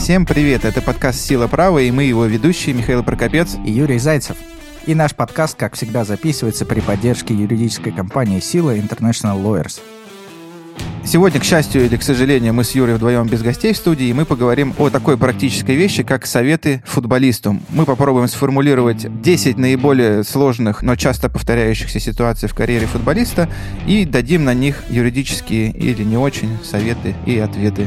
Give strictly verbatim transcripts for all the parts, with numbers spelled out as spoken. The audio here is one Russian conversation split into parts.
Всем привет, это подкаст «Сила права», и мы его ведущие Михаил Прокопец и Юрий Зайцев. И наш подкаст, как всегда, записывается при поддержке юридической компании «Сила International Lawyers». Сегодня, к счастью или к сожалению, мы с Юрой вдвоем без гостей в студии, и мы поговорим о такой практической вещи, как советы футболисту. Мы попробуем сформулировать десять наиболее сложных, но часто повторяющихся ситуаций в карьере футболиста и дадим на них юридические или не очень советы и ответы.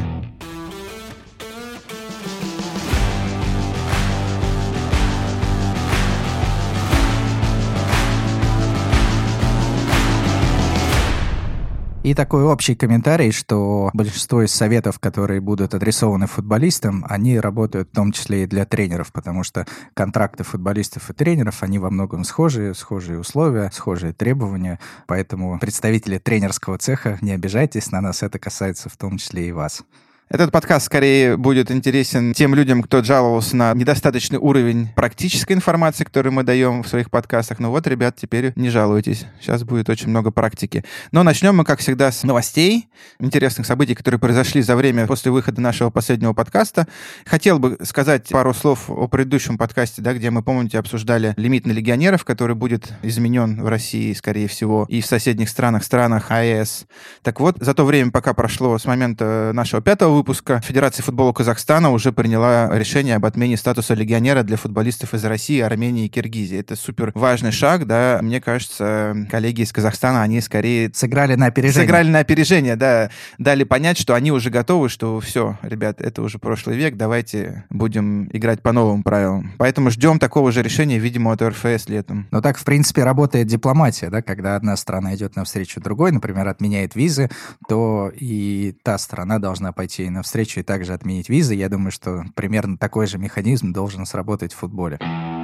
И такой общий комментарий, что большинство из советов, которые будут адресованы футболистам, они работают в том числе и для тренеров, потому что контракты футболистов и тренеров, они во многом схожие, схожие условия, схожие требования, поэтому представители тренерского цеха, не обижайтесь, на нас это касается в том числе и вас. Этот подкаст скорее будет интересен тем людям, кто жаловался на недостаточный уровень практической информации, которую мы даем в своих подкастах. Ну вот, ребят, теперь не жалуйтесь. Сейчас будет очень много практики. Но начнем мы, как всегда, с новостей, интересных событий, которые произошли за время после выхода нашего последнего подкаста. Хотел бы сказать пару слов о предыдущем подкасте, да, где мы, помните, обсуждали лимит на легионеров, который будет изменен в России, скорее всего, и в соседних странах, странах АЭС. Так вот, за то время, пока прошло с момента нашего пятого выпуска, Федерация футбола Казахстана уже приняла решение об отмене статуса легионера для футболистов из России, Армении и Киргизии. Это супер важный шаг, да. Мне кажется, коллеги из Казахстана, они скорее... Сыграли на опережение. Сыграли на опережение, да. Дали понять, что они уже готовы, что все, ребят, это уже прошлый век, давайте будем играть по новым правилам. Поэтому ждем такого же решения, видимо, от РФС летом. Но так, в принципе, работает дипломатия, да, когда одна страна идет навстречу другой, например, отменяет визы, то и та страна должна пойти навстречу и также отменить визы. Я думаю, что примерно такой же механизм должен сработать в футболе.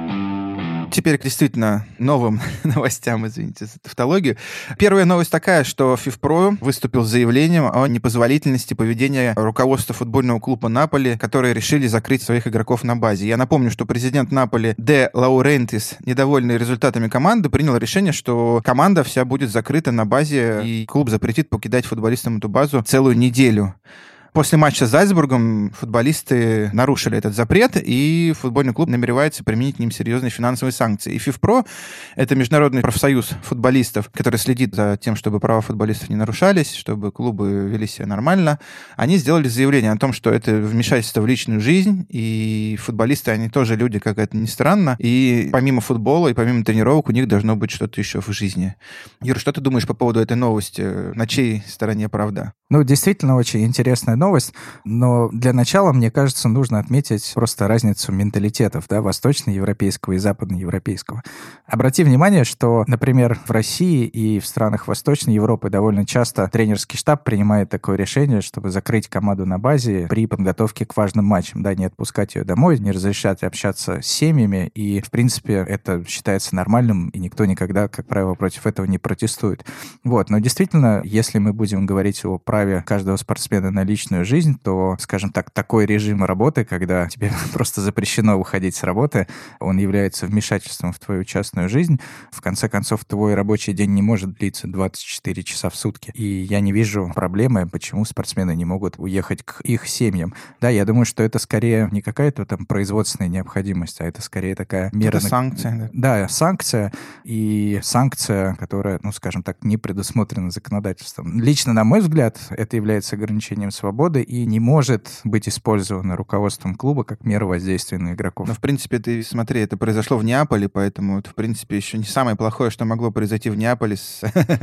Теперь к действительно новым новостям, извините за тавтологию. Первая новость такая, что ФИФПро выступил с заявлением о непозволительности поведения руководства футбольного клуба Наполи, которые решили закрыть своих игроков на базе. Я напомню, что президент Наполи Де Лаурентис, недовольный результатами команды, принял решение, что команда вся будет закрыта на базе, и клуб запретит покидать футболистам эту базу целую неделю. После матча с Зальцбургом футболисты нарушили этот запрет, и футбольный клуб намеревается применить к ним серьезные финансовые санкции. И ФИФПро, это международный профсоюз футболистов, который следит за тем, чтобы права футболистов не нарушались, чтобы клубы вели себя нормально, они сделали заявление о том, что это вмешательство в личную жизнь, и футболисты, они тоже люди, как это ни странно, и помимо футбола и помимо тренировок у них должно быть что-то еще в жизни. Юр, что ты думаешь по поводу этой новости? На чьей стороне правда? Ну, действительно, очень интересная новость, но для начала, мне кажется, нужно отметить просто разницу менталитетов, да, восточноевропейского и западноевропейского. Обрати внимание, что, например, в России и в странах Восточной Европы довольно часто тренерский штаб принимает такое решение, чтобы закрыть команду на базе при подготовке к важным матчам, да, не отпускать ее домой, не разрешать общаться с семьями, и, в принципе, это считается нормальным, и никто никогда, как правило, против этого не протестует. Вот, но действительно, если мы будем говорить о праве каждого спортсмена на личную жизнь, то, скажем так, такой режим работы, когда тебе просто запрещено выходить с работы, он является вмешательством в твою частную жизнь. В конце концов, твой рабочий день не может длиться двадцать четыре часа в сутки. И я не вижу проблемы, почему спортсмены не могут уехать к их семьям. Да, я думаю, что это скорее не какая-то там производственная необходимость, а это скорее такая мера... Это санкция, да? Да, санкция. И санкция, которая, ну, скажем так, не предусмотрена законодательством. Лично, на мой взгляд, это является ограничением свободы и не может быть использовано руководством клуба как мера воздействия на игроков. Но, в принципе, ты смотри, это произошло в Неаполе, поэтому это, в принципе, еще не самое плохое, что могло произойти в Неаполе с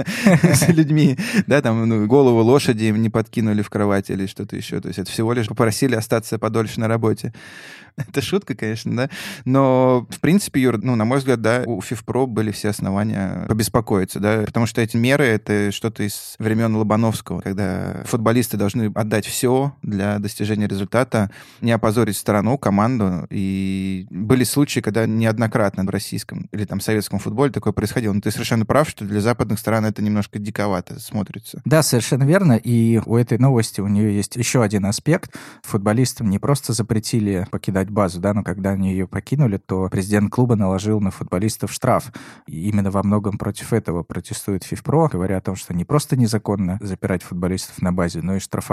людьми. Да, там голову лошади им не подкинули в кровать или что-то еще. То есть это всего лишь попросили остаться подольше на работе. Это шутка, конечно, да? Но, в принципе, Юр, ну, на мой взгляд, да, у ФИФПро были все основания побеспокоиться, да, потому что эти меры — это что-то из времен Лобановского, когда футболисты должны отдать все для достижения результата, не опозорить страну, команду. И были случаи, когда неоднократно в российском или там советском футболе такое происходило. Но ты совершенно прав, что для западных стран это немножко диковато смотрится. Да, совершенно верно. И у этой новости у нее есть еще один аспект. Футболистам не просто запретили покидать базу, да, но когда они ее покинули, то президент клуба наложил на футболистов штраф. И именно во многом против этого протестует ФИФПро, говоря о том, что не просто незаконно запирать футболистов на базе, но и штрафовать их за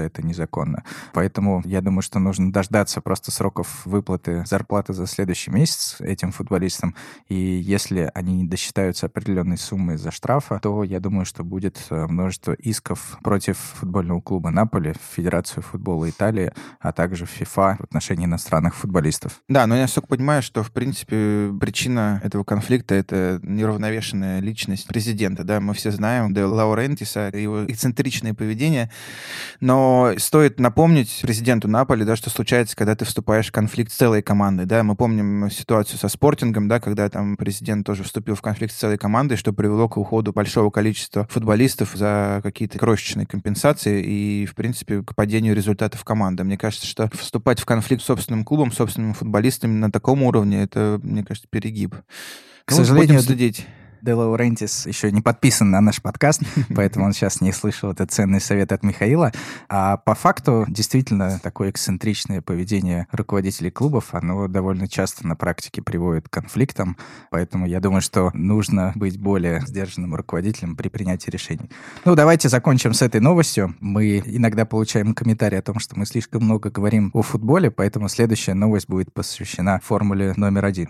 за это незаконно. Поэтому я думаю, что нужно дождаться просто сроков выплаты зарплаты за следующий месяц этим футболистам. И если они не досчитаются определенной суммы за штрафа, то я думаю, что будет множество исков против футбольного клуба Наполи, Федерацию футбола Италии, а также ФИФА в отношении иностранных футболистов. Да, но я только понимаю, что, в принципе, причина этого конфликта — это неравновешенная личность президента. Да? Мы все знаем Де Лаурентиса, его эксцентричное поведение. Но стоит напомнить президенту Наполи, да, что случается, когда ты вступаешь в конфликт с целой командой. Да? Мы помним ситуацию со Спортингом, да, когда там президент тоже вступил в конфликт с целой командой, что привело к уходу большого количества футболистов за какие-то крошечные компенсации и, в принципе, к падению результатов команды. Мне кажется, что вступать в конфликт с собственным клубом, с собственными футболистами на таком уровне, это, мне кажется, перегиб. К ну, сожалению, будем следить. Де Лаурентис еще не подписан на наш подкаст, поэтому он сейчас не слышал этот ценный совет от Михаила. А по факту, действительно, такое эксцентричное поведение руководителей клубов, оно довольно часто на практике приводит к конфликтам, поэтому я думаю, что нужно быть более сдержанным руководителем при принятии решений. Ну, давайте закончим с этой новостью. Мы иногда получаем комментарии о том, что мы слишком много говорим о футболе, поэтому следующая новость будет посвящена формуле номер один.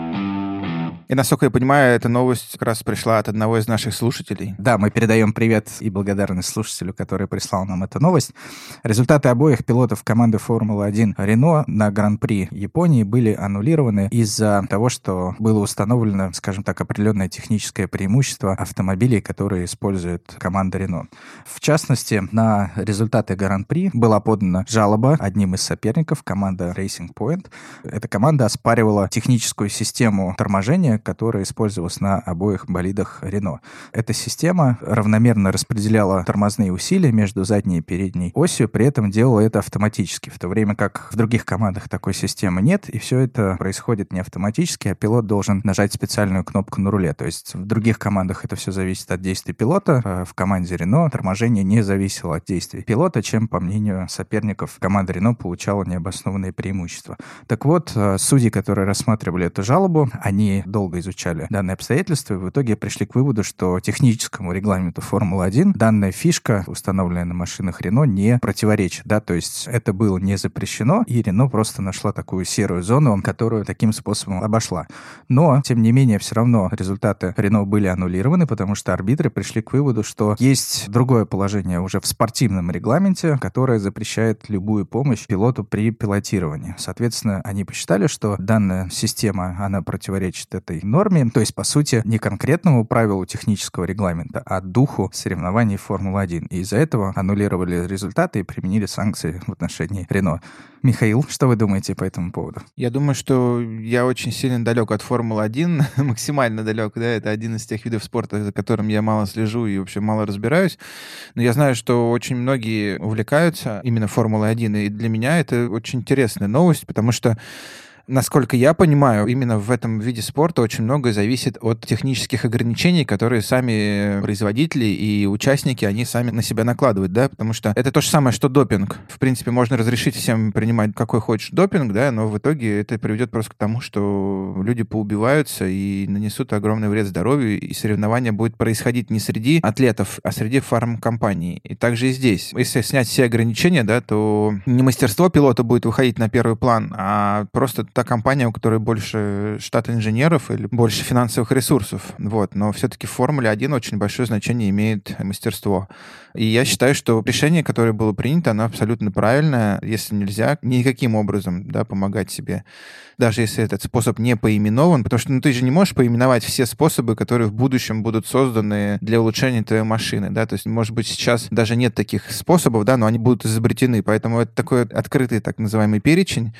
И, насколько я понимаю, эта новость как раз пришла от одного из наших слушателей. Да, мы передаем привет и благодарность слушателю, который прислал нам эту новость. Результаты обоих пилотов команды Формулы один Рено на Гран-при Японии были аннулированы из-за того, что было установлено, скажем так, определенное техническое преимущество автомобилей, которые использует команда Рено. В частности, на результаты Гран-при была подана жалоба одним из соперников, команда Racing Point. Эта команда оспаривала техническую систему торможения, которая использовалась на обоих болидах Рено. Эта система равномерно распределяла тормозные усилия между задней и передней осью, при этом делала это автоматически, в то время как в других командах такой системы нет, и все это происходит не автоматически, а пилот должен нажать специальную кнопку на руле. То есть в других командах это все зависит от действий пилота, а в команде Рено торможение не зависело от действий пилота, чем, по мнению соперников, команда Рено получала необоснованные преимущества. Так вот, судьи, которые рассматривали эту жалобу, они долго изучали данные обстоятельства и в итоге пришли к выводу, что техническому регламенту Формулы один данная фишка, установленная на машинах Рено, не противоречит. Да? То есть это было не запрещено, и Рено просто нашла такую серую зону, которую таким способом обошла. Но, тем не менее, все равно результаты Рено были аннулированы, потому что арбитры пришли к выводу, что есть другое положение уже в спортивном регламенте, которое запрещает любую помощь пилоту при пилотировании. Соответственно, они посчитали, что данная система, она противоречит этой норме, то есть, по сути, не конкретному правилу технического регламента, а духу соревнований Формулы один. И из-за этого аннулировали результаты и применили санкции в отношении Рено. Михаил, что вы думаете по этому поводу? Я думаю, что я очень сильно далек от Формулы один, максимально далек, да, это один из тех видов спорта, за которым я мало слежу и вообще мало разбираюсь, но я знаю, что очень многие увлекаются именно Формулой один, и для меня это очень интересная новость, потому что насколько я понимаю, именно в этом виде спорта очень многое зависит от технических ограничений, которые сами производители и участники, они сами на себя накладывают, да, потому что это то же самое, что допинг. В принципе, можно разрешить всем принимать какой хочешь допинг, да, но в итоге это приведет просто к тому, что люди поубиваются и нанесут огромный вред здоровью, и соревнование будет происходить не среди атлетов, а среди фармкомпаний. И также и здесь. Если снять все ограничения, да, то не мастерство пилота будет выходить на первый план, а просто та компания, у которой больше штат инженеров или больше финансовых ресурсов. Вот. Но все-таки в Формуле один очень большое значение имеет мастерство. И я считаю, что решение, которое было принято, оно абсолютно правильное. Если нельзя никаким образом, да, помогать себе, даже если этот способ не поименован, потому что ну, ты же не можешь поименовать все способы, которые в будущем будут созданы для улучшения твоей машины. Да? То есть, может быть, сейчас даже нет таких способов, да, но они будут изобретены. Поэтому это такой открытый так называемый перечень.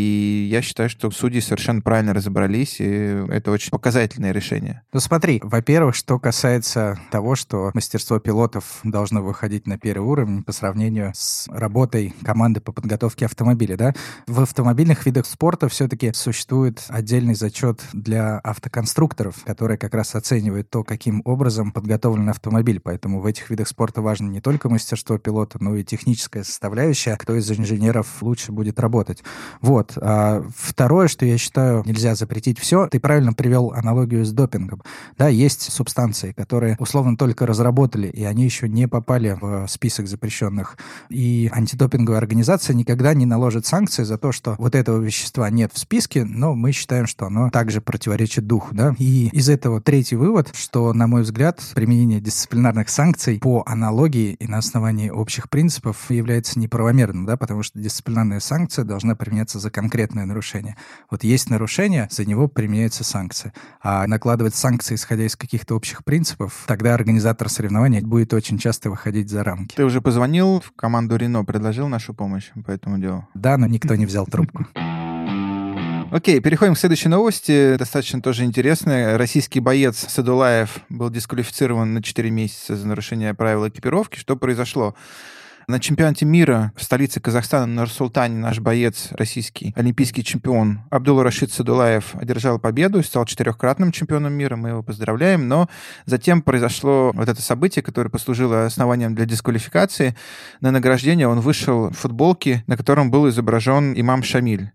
И я считаю, что судьи совершенно правильно разобрались, и это очень показательное решение. Ну смотри, во-первых, что касается того, что мастерство пилотов должно выходить на первый уровень по сравнению с работой команды по подготовке автомобиля, да? В автомобильных видах спорта все-таки существует отдельный зачет для автоконструкторов, которые как раз оценивают то, каким образом подготовлен автомобиль. Поэтому в этих видах спорта важно не только мастерство пилота, но и техническая составляющая, кто из инженеров лучше будет работать. Вот. А Второе, что я считаю, нельзя запретить все. Ты правильно привел аналогию с допингом. Да, есть субстанции, которые условно только разработали, и они еще не попали в список запрещенных. И антидопинговая организация никогда не наложит санкции за то, что вот этого вещества нет в списке, но мы считаем, что оно также противоречит духу. Да? И из этого третий вывод, что, на мой взгляд, применение дисциплинарных санкций по аналогии и на основании общих принципов является неправомерным, да, потому что дисциплинарная санкция должна применяться за конкретное нарушение. Вот есть нарушение, за него применяется санкция. А накладывать санкции, исходя из каких-то общих принципов, тогда организатор соревнований будет очень часто выходить за рамки. Ты уже позвонил в команду Рено, предложил нашу помощь по этому делу? Да, но никто не взял трубку. Окей, переходим к следующей новости. Достаточно тоже интересная. Российский боец Садулаев был дисквалифицирован на четыре месяца за нарушение правил экипировки. Что произошло? На чемпионате мира в столице Казахстана, на Нур-Султане, наш боец, российский олимпийский чемпион Абдул-Рашид Садулаев одержал победу и стал четырехкратным чемпионом мира. Мы его поздравляем. Но затем произошло вот это событие, которое послужило основанием для дисквалификации. На награждение он вышел в футболке, на котором был изображен имам Шамиль.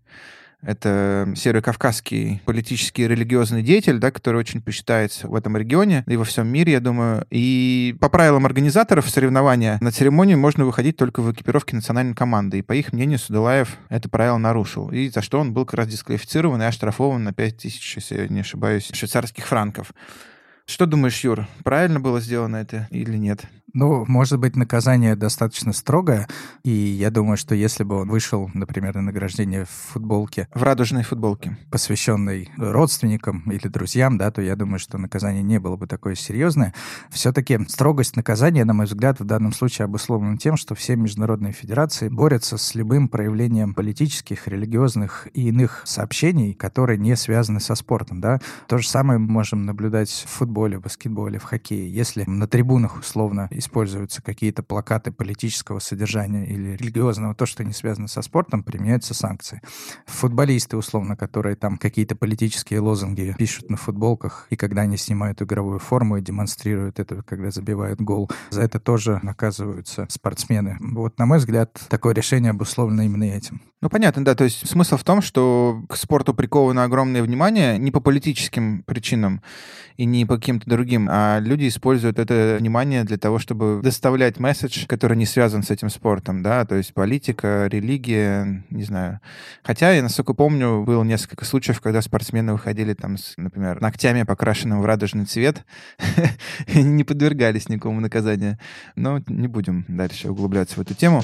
Это северокавказский политический и религиозный деятель, да, который очень почитается в этом регионе и во всем мире, я думаю. И по правилам организаторов соревнования на церемонию можно выходить только в экипировке национальной команды. И по их мнению Садулаев это правило нарушил. И за что он был как раз дисквалифицирован и оштрафован на пять тысяч, если я не ошибаюсь, швейцарских франков. Что думаешь, Юр, правильно было сделано это или нет? Ну, может быть, наказание достаточно строгое, и я думаю, что если бы он вышел, например, на награждение в футболке... В радужной футболке. Посвященной родственникам или друзьям, да, то я думаю, что наказание не было бы такое серьезное. Все-таки строгость наказания, на мой взгляд, в данном случае обусловлена тем, что все международные федерации борются с любым проявлением политических, религиозных и иных сообщений, которые не связаны со спортом, да. То же самое мы можем наблюдать в футболе, в баскетболе, в хоккее. Если на трибунах, условно, используются какие-то плакаты политического содержания или религиозного, то, что не связано со спортом, применяются санкции. Футболисты, условно, которые там какие-то политические лозунги пишут на футболках, и когда они снимают игровую форму и демонстрируют это, когда забивают гол, за это тоже наказываются спортсмены. Вот, на мой взгляд, такое решение обусловлено именно этим. Ну, понятно, да. То есть смысл в том, что к спорту приковано огромное внимание не по политическим причинам и не по каким-то другим, а люди используют это внимание для того, чтобы доставлять месседж, который не связан с этим спортом, да, то есть политика, религия, не знаю. Хотя, я, насколько помню, было несколько случаев, когда спортсмены выходили там с, например, ногтями, покрашенным в радужный цвет, и не подвергались никакому наказанию. Но не будем дальше углубляться в эту тему.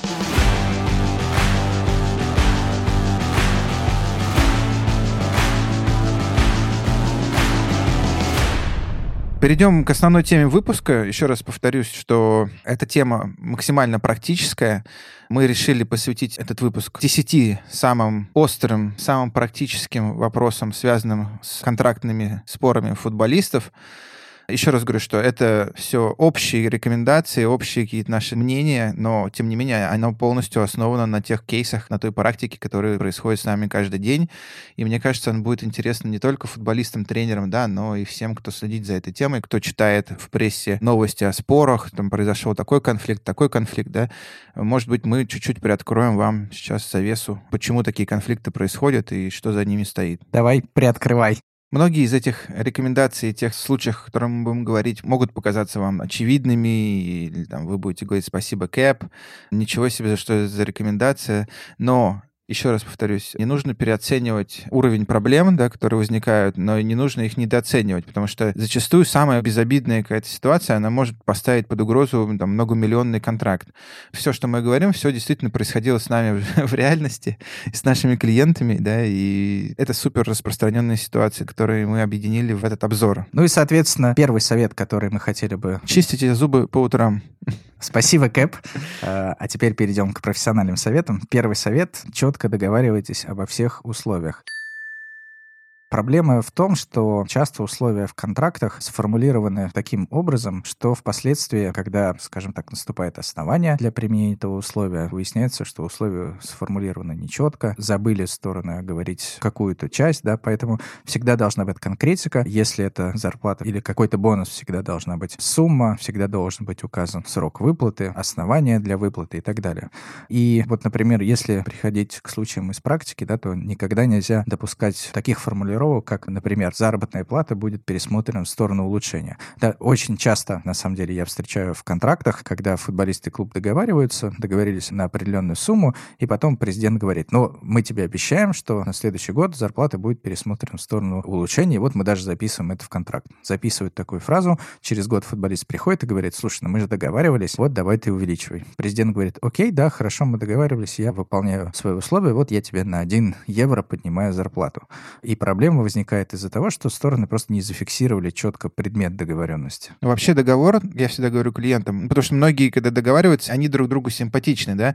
Перейдем к основной теме выпуска. Еще раз повторюсь, что эта тема максимально практическая. Мы решили посвятить этот выпуск десяти самым острым, самым практическим вопросам, связанным с контрактными спорами футболистов. Еще раз говорю, что это все общие рекомендации, общие какие-то наши мнения, но, тем не менее, оно полностью основано на тех кейсах, на той практике, которая происходит с нами каждый день. И мне кажется, он будет интересен не только футболистам, тренерам, да, но и всем, кто следит за этой темой, кто читает в прессе новости о спорах, там произошел такой конфликт, такой конфликт, да. Может быть, мы чуть-чуть приоткроем вам сейчас завесу, почему такие конфликты происходят и что за ними стоит. Давай, приоткрывай. Многие из этих рекомендаций, тех случаев, о которых мы будем говорить, могут показаться вам очевидными, или там, вы будете говорить «спасибо, Кэп», ничего себе, что это за рекомендация, но... Еще раз повторюсь, не нужно переоценивать уровень проблем, да, которые возникают, но и не нужно их недооценивать, потому что зачастую самая безобидная какая-то ситуация, она может поставить под угрозу там, многомиллионный контракт. Все, что мы говорим, все действительно происходило с нами в реальности, с нашими клиентами, да, и это супер распространенная ситуация, которую мы объединили в этот обзор. Ну и, соответственно, первый совет, который мы хотели бы... Чистите зубы по утрам. Спасибо, Кэп. А теперь перейдем к профессиональным советам. Первый совет — четко договаривайтесь обо всех условиях. Проблема в том, что часто условия в контрактах сформулированы таким образом, что впоследствии, когда, скажем так, наступает основание для применения этого условия, выясняется, что условия сформулированы нечетко, забыли стороны оговорить какую-то часть, да, поэтому всегда должна быть конкретика. Если это зарплата или какой-то бонус, всегда должна быть сумма, всегда должен быть указан срок выплаты, основание для выплаты и так далее. И вот, например, если приходить к случаям из практики, да, то никогда нельзя допускать таких формулировок, как, например, заработная плата будет пересмотрена в сторону улучшения. Да, очень часто, на самом деле, я встречаю в контрактах, когда футболисты и клуб договариваются, договорились на определенную сумму, и потом президент говорит, ну, мы тебе обещаем, что на следующий год зарплата будет пересмотрена в сторону улучшения, и вот мы даже записываем это в контракт. Записывают такую фразу, через год футболист приходит и говорит, слушай, ну мы же договаривались, вот давай ты увеличивай. Президент говорит, окей, да, хорошо, мы договаривались, я выполняю свои условия, вот я тебе на один евро поднимаю зарплату. И проблема возникает из-за того, что стороны просто не зафиксировали четко предмет договоренности. Вообще договор, я всегда говорю клиентам, потому что многие, когда договариваются, они друг другу симпатичны, да,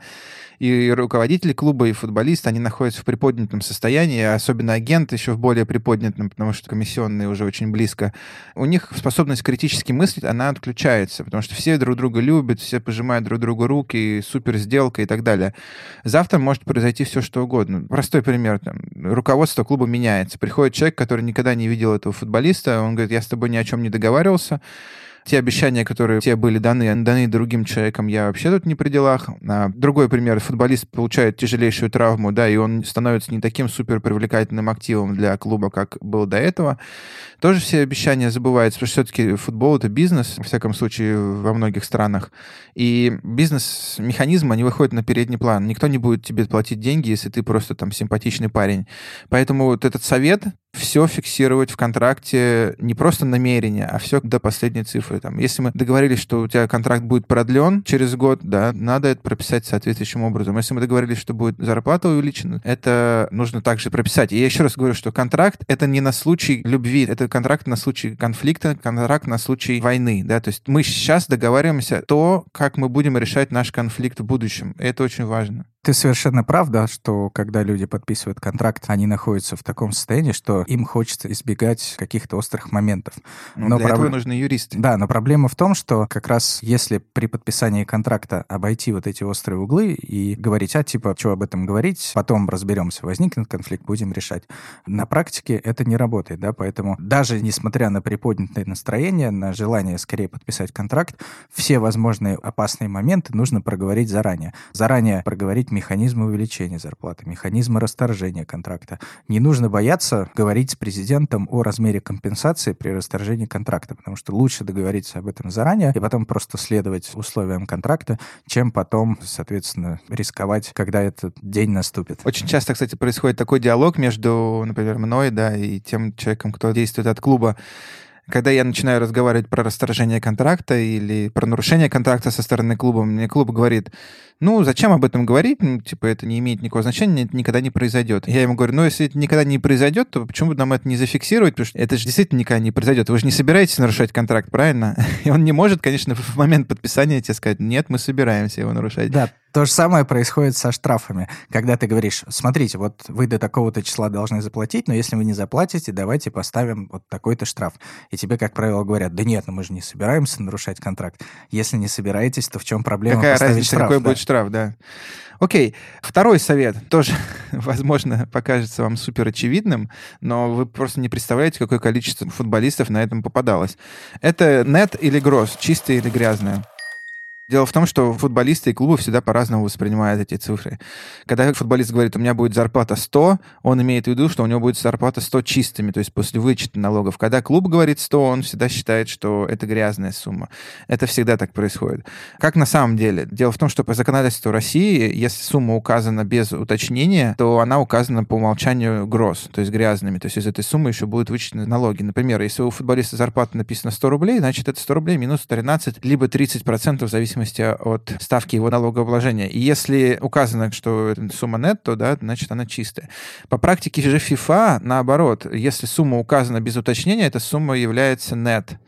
и руководители клуба, и футболисты, они находятся в приподнятом состоянии, особенно агент еще в более приподнятом, потому что комиссионные уже очень близко. У них способность критически мыслить, она отключается, потому что все друг друга любят, все пожимают друг другу руки, супер сделка и так далее. Завтра может произойти все, что угодно. Простой пример, там, руководство клуба меняется, приходит человек, который никогда не видел этого футболиста, он говорит, я с тобой ни о чем не договаривался, те обещания, которые тебе были даны, даны другим человеком, я вообще тут не при делах. А другой пример. Футболист получает тяжелейшую травму, да, и он становится не таким супер привлекательным активом для клуба, как был до этого. Тоже все обещания забываются, потому что все-таки футбол — это бизнес, во всяком случае, во многих странах. И бизнес-механизм, они выходят на передний план. Никто не будет тебе платить деньги, если ты просто там симпатичный парень. Поэтому вот этот совет — все фиксировать в контракте, не просто намерение, а все до последней цифры. Там, если мы договорились, что у тебя контракт будет продлен через год, да, надо это прописать соответствующим образом. Если мы договорились, что будет зарплата увеличена, это нужно также прописать. И я еще раз говорю, что контракт — это не на случай любви, это контракт на случай конфликта, контракт на случай войны, да, то есть мы сейчас договариваемся то, как мы будем решать наш конфликт в будущем. И это очень важно. Ты совершенно прав, да, что когда люди подписывают контракт, они находятся в таком состоянии, что им хочется избегать каких-то острых моментов. Но для проб... этого нужны юристы. Да, но проблема в том, что как раз если при подписании контракта обойти вот эти острые углы и говорить, а типа, что об этом говорить, потом разберемся, возникнет конфликт, будем решать. На практике это не работает, да, поэтому даже несмотря на приподнятое настроение, на желание скорее подписать контракт, все возможные опасные моменты нужно проговорить заранее. Заранее проговорить механизмы увеличения зарплаты, механизмы расторжения контракта. Не нужно бояться говорить с президентом о размере компенсации при расторжении контракта, потому что лучше договориться об этом заранее и потом просто следовать условиям контракта, чем потом, соответственно, рисковать, когда этот день наступит. Очень часто, кстати, происходит такой диалог между, например, мной, да, и тем человеком, кто действует от клуба. Когда я начинаю разговаривать про расторжение контракта или про нарушение контракта со стороны клуба, мне клуб говорит, ну, зачем об этом говорить? Ну, типа, это не имеет никакого значения, это никогда не произойдет. Я ему говорю, ну, если это никогда не произойдет, то почему бы нам это не зафиксировать? Потому что это же действительно никогда не произойдет. Вы же не собираетесь нарушать контракт, правильно? И он не может, конечно, в момент подписания тебе сказать, нет, мы собираемся его нарушать. Да, то же самое происходит со штрафами. Когда ты говоришь, смотрите, вот вы до такого-то числа должны заплатить, но если вы не заплатите, давайте поставим вот такой-то штраф. И тебе, как правило, говорят, да нет, ну мы же не собираемся нарушать контракт. Если не собираетесь, то в чем проблема Какая поставить разница, штраф? какой Да. будет штраф, да. Окей, второй совет тоже, возможно, покажется вам супер очевидным, но вы просто не представляете, какое количество футболистов на этом попадалось. Это net или gross, чистое или грязное. Дело в том, что футболисты и клубы всегда по-разному воспринимают эти цифры. Когда футболист говорит, у меня будет зарплата сто, он имеет в виду, что у него будет зарплата сто чистыми, то есть после вычета налогов. Когда клуб говорит сто, он всегда считает, что это грязная сумма. Это всегда так происходит. Как на самом деле? Дело в том, что по законодательству России, если сумма указана без уточнения, то она указана по умолчанию gross, то есть грязными. То есть из этой суммы еще будут вычтены налоги. Например, если у футболиста зарплата написано сто рублей, значит это сто рублей минус тринадцать, либо тридцать процентов в зависимости от ставки его налогообложения. И если указано, что это сумма нет, то да, значит она чистая. По практике же FIFA, наоборот, если сумма указана без уточнения, эта сумма является нет.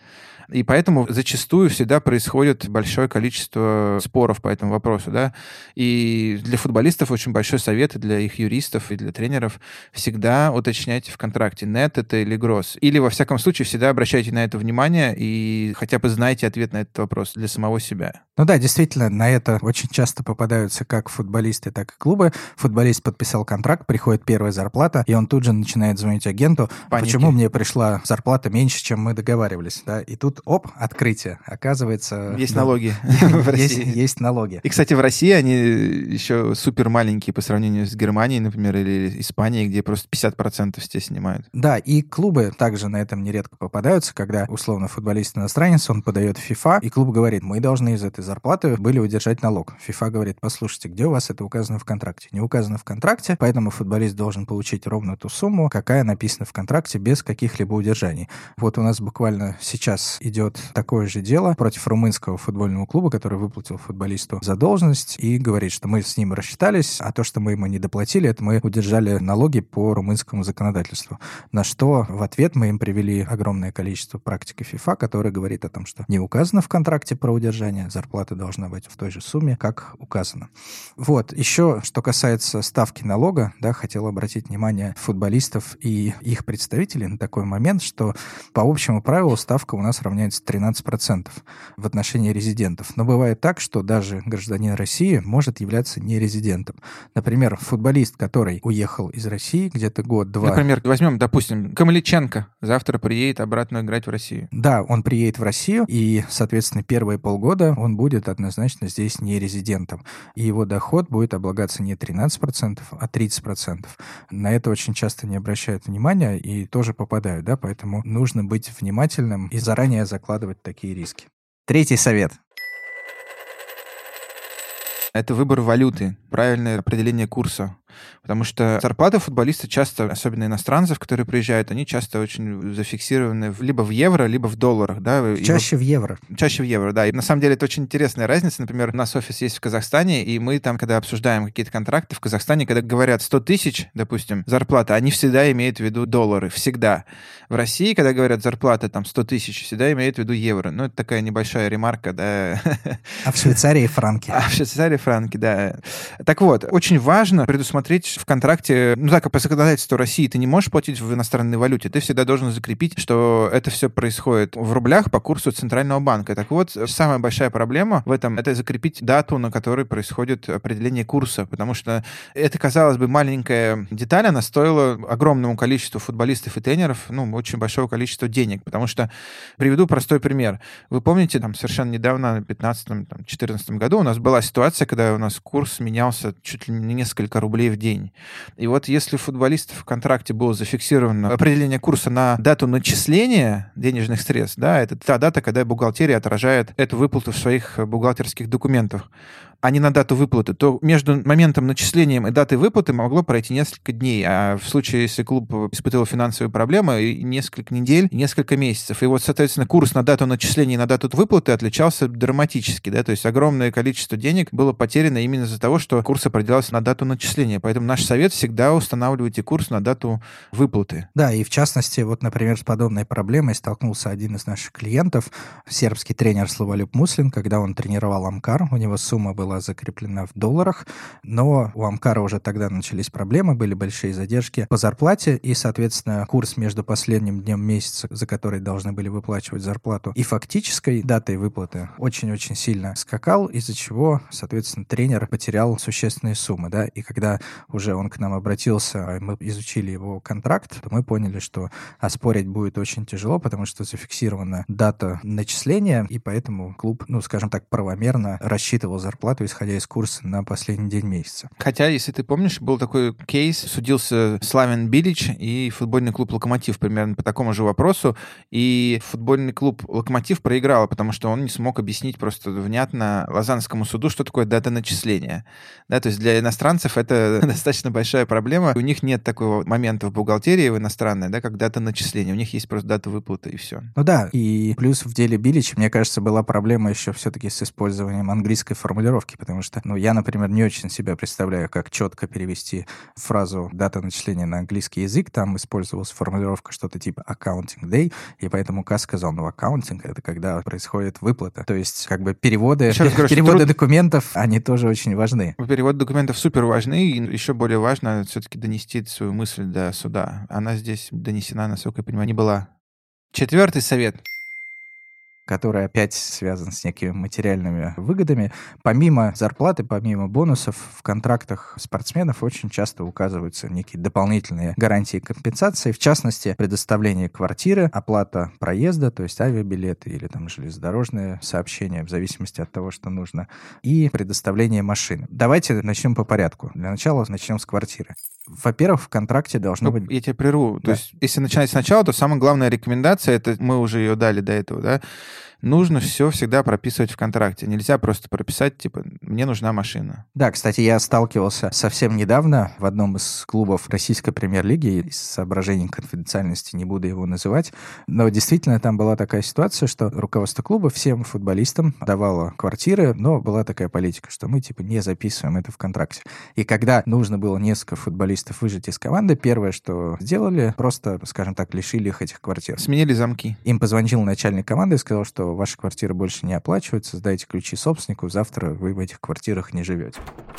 И поэтому зачастую всегда происходит большое количество споров по этому вопросу, да. И для футболистов очень большой совет, и для их юристов, и для тренеров всегда уточняйте в контракте, нет это или гросс. Или, во всяком случае, всегда обращайте на это внимание и хотя бы знайте ответ на этот вопрос для самого себя. Ну да, действительно, на это очень часто попадаются как футболисты, так и клубы. Футболист подписал контракт, приходит первая зарплата, и он тут же начинает звонить агенту, Паники. Почему мне пришла зарплата меньше, чем мы договаривались. Да? И тут, оп, открытие. Оказывается... Есть да, налоги в есть, России. есть налоги. И, кстати, в России они еще супер маленькие по сравнению с Германией, например, или Испанией, где просто пятьдесят процентов все снимают. Да, и клубы также на этом нередко попадаются, когда, условно, футболист-иностранец, он подает в FIFA, и клуб говорит, мы должны из этой зарплаты были удержать налог. FIFA говорит, послушайте, где у вас это указано в контракте? Не указано в контракте, поэтому футболист должен получить ровно ту сумму, какая написана в контракте, без каких-либо удержаний. Вот у нас буквально сейчас идет такое же дело против румынского футбольного клуба, который выплатил футболисту задолженность и говорит, что мы с ним рассчитались, а то, что мы ему не доплатили, это мы удержали налоги по румынскому законодательству. На что в ответ мы им привели огромное количество практики FIFA, которая говорит о том, что не указано в контракте про удержание, зарплата должна быть в той же сумме, как указано. Вот. Еще, что касается ставки налога, да, хотел обратить внимание футболистов и их представителей на такой момент, что по общему правилу ставка у нас равняется тринадцать процентов в отношении резидентов. Но бывает так, что даже гражданин России может являться нерезидентом. Например, футболист, который уехал из России где-то год-два... Например, возьмем, допустим, Камаличенко завтра приедет обратно играть в Россию. Да, он приедет в Россию, и, соответственно, первые полгода он будет однозначно здесь нерезидентом. И его доход будет облагаться не тринадцать процентов, а тридцать процентов. На это очень часто не обращают внимания и тоже попадают, да, поэтому нужно быть внимательным и заранее закладывать такие риски. Третий совет. Это выбор валюты, правильное определение курса. Потому что зарплаты футболиста часто, особенно иностранцев, которые приезжают, они часто очень зафиксированы либо в евро, либо в долларах. Да? Чаще и в евро. Чаще в евро, да. И на самом деле это очень интересная разница. Например, у нас офис есть в Казахстане, и мы там, когда обсуждаем какие-то контракты в Казахстане, когда говорят сто тысяч, допустим, зарплата, они всегда имеют в виду доллары. Всегда. В России, когда говорят зарплата там сто тысяч, всегда имеют в виду евро. Ну, это такая небольшая ремарка, да. А в Швейцарии франки. А в Швейцарии франки, да. Так вот, очень важно предусмотреть в контракте, ну так, по законодательству России ты не можешь платить в иностранной валюте, ты всегда должен закрепить, что это все происходит в рублях по курсу Центрального банка. Так вот, самая большая проблема в этом — это закрепить дату, на которой происходит определение курса, потому что это, казалось бы, маленькая деталь, она стоила огромному количеству футболистов и тренеров, ну, очень большого количества денег, потому что, приведу простой пример. Вы помните, там, совершенно недавно, в две тысячи пятнадцатом-две тысячи четырнадцатом году у нас была ситуация, когда у нас курс менялся чуть ли не несколько рублей в день. И вот если у футболистов в контракте было зафиксировано определение курса на дату начисления денежных средств, да, это та дата, когда бухгалтерия отражает эту выплату в своих бухгалтерских документах, а не на дату выплаты, то между моментом начисления и датой выплаты могло пройти несколько дней, а в случае, если клуб испытывал финансовые проблемы, и несколько недель, и несколько месяцев. И вот, соответственно, курс на дату начисления и на дату выплаты отличался драматически, да, то есть огромное количество денег было потеряно именно из-за того, что курс определялся на дату начисления. Поэтому наш совет — всегда устанавливайте курс на дату выплаты. Да, и в частности, вот, например, с подобной проблемой столкнулся один из наших клиентов, сербский тренер Славолюб Муслин, когда он тренировал Амкар, у него сумма была закреплена в долларах, но у Амкара уже тогда начались проблемы, были большие задержки по зарплате, и, соответственно, курс между последним днем месяца, за который должны были выплачивать зарплату, и фактической датой выплаты очень-очень сильно скакал, из-за чего, соответственно, тренер потерял существенные суммы, да, и когда уже он к нам обратился, мы изучили его контракт, то мы поняли, что оспорить будет очень тяжело, потому что зафиксирована дата начисления, и поэтому клуб, ну, скажем так, правомерно рассчитывал зарплату, исходя из курса на последний день месяца. Хотя, если ты помнишь, был такой кейс, судился Славен Билич и футбольный клуб «Локомотив» примерно по такому же вопросу, и футбольный клуб «Локомотив» проиграл, потому что он не смог объяснить просто внятно Лозаннскому суду, что такое дата начисления. Да, то есть для иностранцев это достаточно большая проблема. У них нет такого момента в бухгалтерии в иностранной, да, как дата начисления. У них есть просто дата выплаты, и все. Ну да, и плюс в деле Билича, мне кажется, была проблема еще все-таки с использованием английской формулировки. формулировки, потому что, ну, я, например, не очень себя представляю, как четко перевести фразу «дата начисления» на английский язык. Там использовалась формулировка что-то типа «accounting day», и поэтому Кас сказал, ну, accounting — это когда происходит выплата. То есть, как бы, переводы, говорю, переводы труд... документов, они тоже очень важны. Перевод документов супер важны, и еще более важно все-таки донести свою мысль до суда. Она здесь донесена, насколько я понимаю, не была. Четвертый совет, который опять связан с некими материальными выгодами. Помимо зарплаты, помимо бонусов, в контрактах спортсменов очень часто указываются некие дополнительные гарантии компенсации, в частности, предоставление квартиры, оплата проезда, то есть авиабилеты или там железнодорожные сообщения, в зависимости от того, что нужно, и предоставление машины. Давайте начнем по порядку. Для начала начнем с квартиры. Во-первых, в контракте должно ну, быть... Я тебя прерву. Да. То есть, если начинать сначала, то самая главная рекомендация, это мы уже ее дали до этого, да, нужно все всегда прописывать в контракте. Нельзя просто прописать, типа, мне нужна машина. Да, кстати, я сталкивался совсем недавно в одном из клубов российской премьер-лиги, из соображений конфиденциальности не буду его называть, но действительно там была такая ситуация, что руководство клуба всем футболистам давало квартиры, но была такая политика, что мы, типа, не записываем это в контракте. И когда нужно было несколько футболистов выжать из команды, первое, что сделали, просто, скажем так, лишили их этих квартир. Сменили замки. Им позвонил начальник команды и сказал, что ваши квартиры больше не оплачиваются, сдайте ключи собственнику, завтра вы в этих квартирах не живете.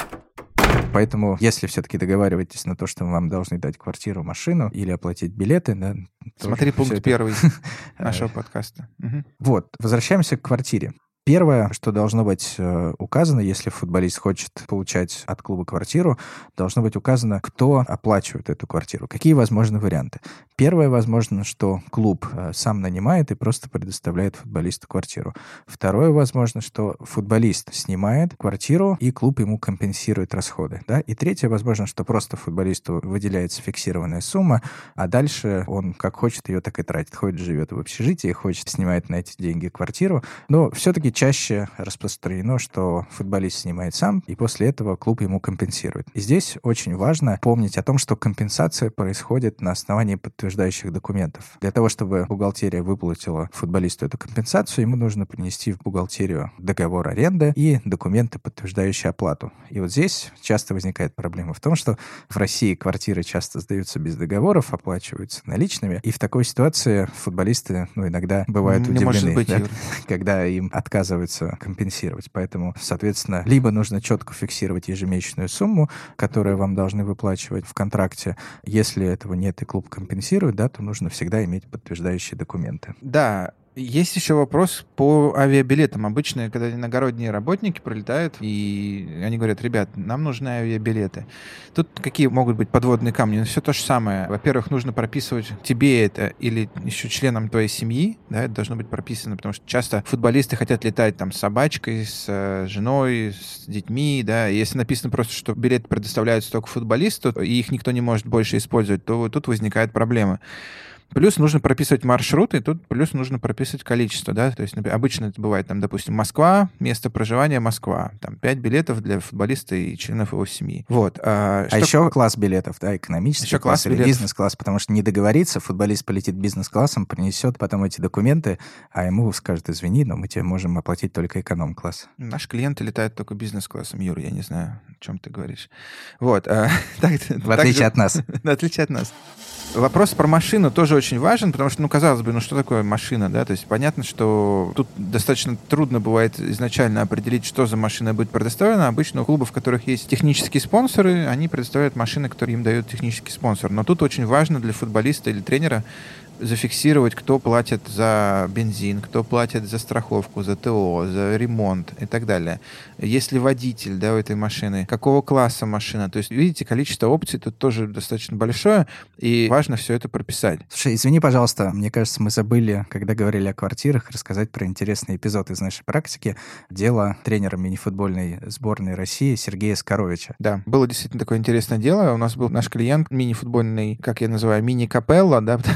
Поэтому, если все-таки договариваетесь на то, что вам должны дать квартиру, машину или оплатить билеты... Да, смотри пункт это... первый нашего подкаста. Вот, возвращаемся к квартире. Первое, что должно быть э, указано, если футболист хочет получать от клуба квартиру, должно быть указано, кто оплачивает эту квартиру, какие возможны варианты. Первое, возможно, что клуб э, сам нанимает и просто предоставляет футболисту квартиру. Второе, возможно, что футболист снимает квартиру, и клуб ему компенсирует расходы. Да? И третье, возможно, что просто футболисту выделяется фиксированная сумма, а дальше он как хочет ее, так и тратит. Ходит, живет в общежитии, хочет, снимает на эти деньги квартиру. Но все-таки чаще распространено, что футболист снимает сам, и после этого клуб ему компенсирует. И здесь очень важно помнить о том, что компенсация происходит на основании подтверждающих документов. Для того, чтобы бухгалтерия выплатила футболисту эту компенсацию, ему нужно принести в бухгалтерию договор аренды и документы, подтверждающие оплату. И вот здесь часто возникает проблема в том, что в России квартиры часто сдаются без договоров, оплачиваются наличными, и в такой ситуации футболисты, ну, иногда бывают Не удивлены, быть, да, когда им отказывают компенсировать. Поэтому, соответственно, либо нужно четко фиксировать ежемесячную сумму, которую вам должны выплачивать в контракте. Если этого нет и клуб компенсирует, да, то нужно всегда иметь подтверждающие документы. Да. Есть еще вопрос по авиабилетам. Обычно, когда иногородние работники прилетают, и они говорят, ребят, нам нужны авиабилеты. Тут какие могут быть подводные камни? Ну, все то же самое. Во-первых, нужно прописывать тебе это или еще членам твоей семьи, да, это должно быть прописано, потому что часто футболисты хотят летать там с собачкой, с э, женой, с детьми, да, и если написано просто, что билеты предоставляются только футболисту, и их никто не может больше использовать, то тут возникает проблема. Плюс нужно прописывать маршруты, тут плюс нужно прописывать количество, да, то есть обычно это бывает, там, допустим, Москва, место проживания Москва, там, пять билетов для футболиста и членов его семьи. Вот. А, а что... еще класс билетов, да, экономический еще класс, класс или билетов. Бизнес-класс, потому что не договорится, футболист полетит бизнес-классом, принесет потом эти документы, а ему скажут, извини, но мы тебе можем оплатить только эконом-класс. Наши клиенты летают только бизнес-классом, Юр, я не знаю, о чем ты говоришь. Вот. А, так, в отличие так, от нас. В отличие от нас. Вопрос про машину тоже очень важен, потому что, ну, казалось бы, ну, что такое машина, да? То есть понятно, что тут достаточно трудно бывает изначально определить, что за машина будет предоставлена. Обычно у клубов, в которых есть технические спонсоры, они предоставляют машины, которые им дают технический спонсор. Но тут очень важно для футболиста или тренера зафиксировать, кто платит за бензин, кто платит за страховку, за ТО, за ремонт и так далее. Если водитель, да, у этой машины, какого класса машина. То есть, видите, количество опций тут тоже достаточно большое, и важно все это прописать. Слушай, извини, пожалуйста, мне кажется, мы забыли, когда говорили о квартирах, рассказать про интересный эпизод из нашей практики. Дело тренера мини-футбольной сборной России Сергея Скоровича. Да, было действительно такое интересное дело. У нас был наш клиент мини-футбольный, как я называю, мини-капелла, да, потому что он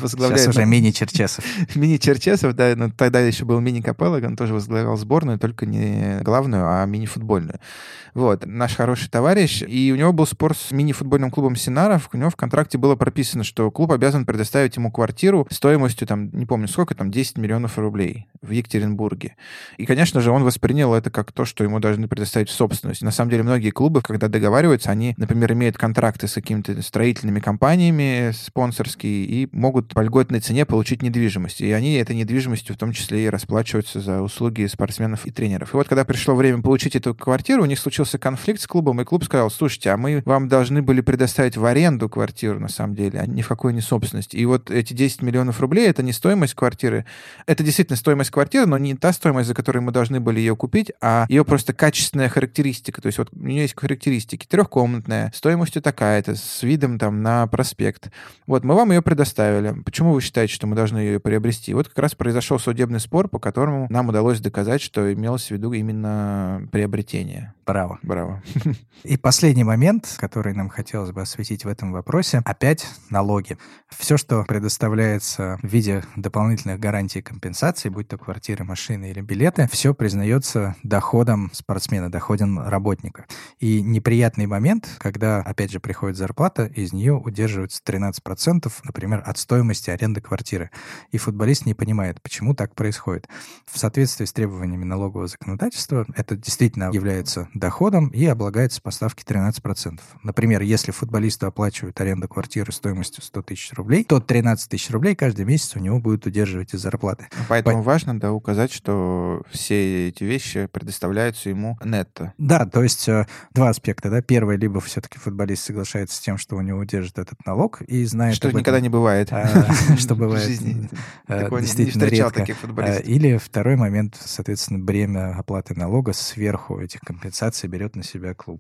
возглавляет... Сейчас уже мини-Черчесов. Мини-Черчесов, да, но тогда еще был мини-Капелло, он тоже возглавлял сборную, только не главную, а мини-футбольную. Вот, наш хороший товарищ, и у него был спор с мини-футбольным клубом Синаров, у него в контракте было прописано, что клуб обязан предоставить ему квартиру стоимостью, там, не помню сколько, там, десять миллионов рублей в Екатеринбурге. И, конечно же, он воспринял это как то, что ему должны предоставить в собственность. На самом деле, многие клубы, когда договариваются, они, например, имеют контракты с какими-то строительными компаниями спонсорские и могут по льготной цене получить недвижимость. И они этой недвижимостью в том числе и расплачиваются за услуги спортсменов и тренеров. И вот, когда пришло время получить эту квартиру, у них случился конфликт с клубом, и клуб сказал: слушайте, а мы вам должны были предоставить в аренду квартиру, на самом деле, а ни в какой не собственность. И вот эти десять миллионов рублей — это не стоимость квартиры, это действительно стоимость квартиры, но не та стоимость, за которую мы должны были ее купить, а ее просто качественная характеристика. То есть вот у нее есть характеристики: трехкомнатная, стоимостью такая-то, с видом там на проспект. Вот, мы вам ее предоставили. Почему вы считаете, что мы должны ее приобрести? Вот как раз произошел судебный спор, по которому нам удалось доказать, что имелось в виду именно приобретение. Браво. Браво. И последний момент, который нам хотелось бы осветить в этом вопросе, опять налоги. Все, что предоставляется в виде дополнительных гарантий компенсации, будь то квартиры, машины или билеты, все признается доходом спортсмена, доходом работника. И неприятный момент, когда, опять же, приходит зарплата, из нее удерживается тринадцать процентов, например, от стоимости аренды квартиры. И футболист не понимает, почему так происходит. В соответствии с требованиями налогового законодательства это действительно является доходом и облагается по ставке тринадцать процентов. Например, если футболисту оплачивают аренду квартиры стоимостью сто тысяч рублей, то тринадцать тысяч рублей каждый месяц у него будет удерживать из зарплаты. Поэтому По... важно, да, указать, что все эти вещи предоставляются ему нетто. Да, то есть э, два аспекта. Да? Первый, либо все-таки футболист соглашается с тем, что у него удержит этот налог, и знает что об этом, никогда не бывает. Что бывает действительно редко. Или второй момент, соответственно, бремя оплаты налога сверху этих компенсаций берет на себя клуб.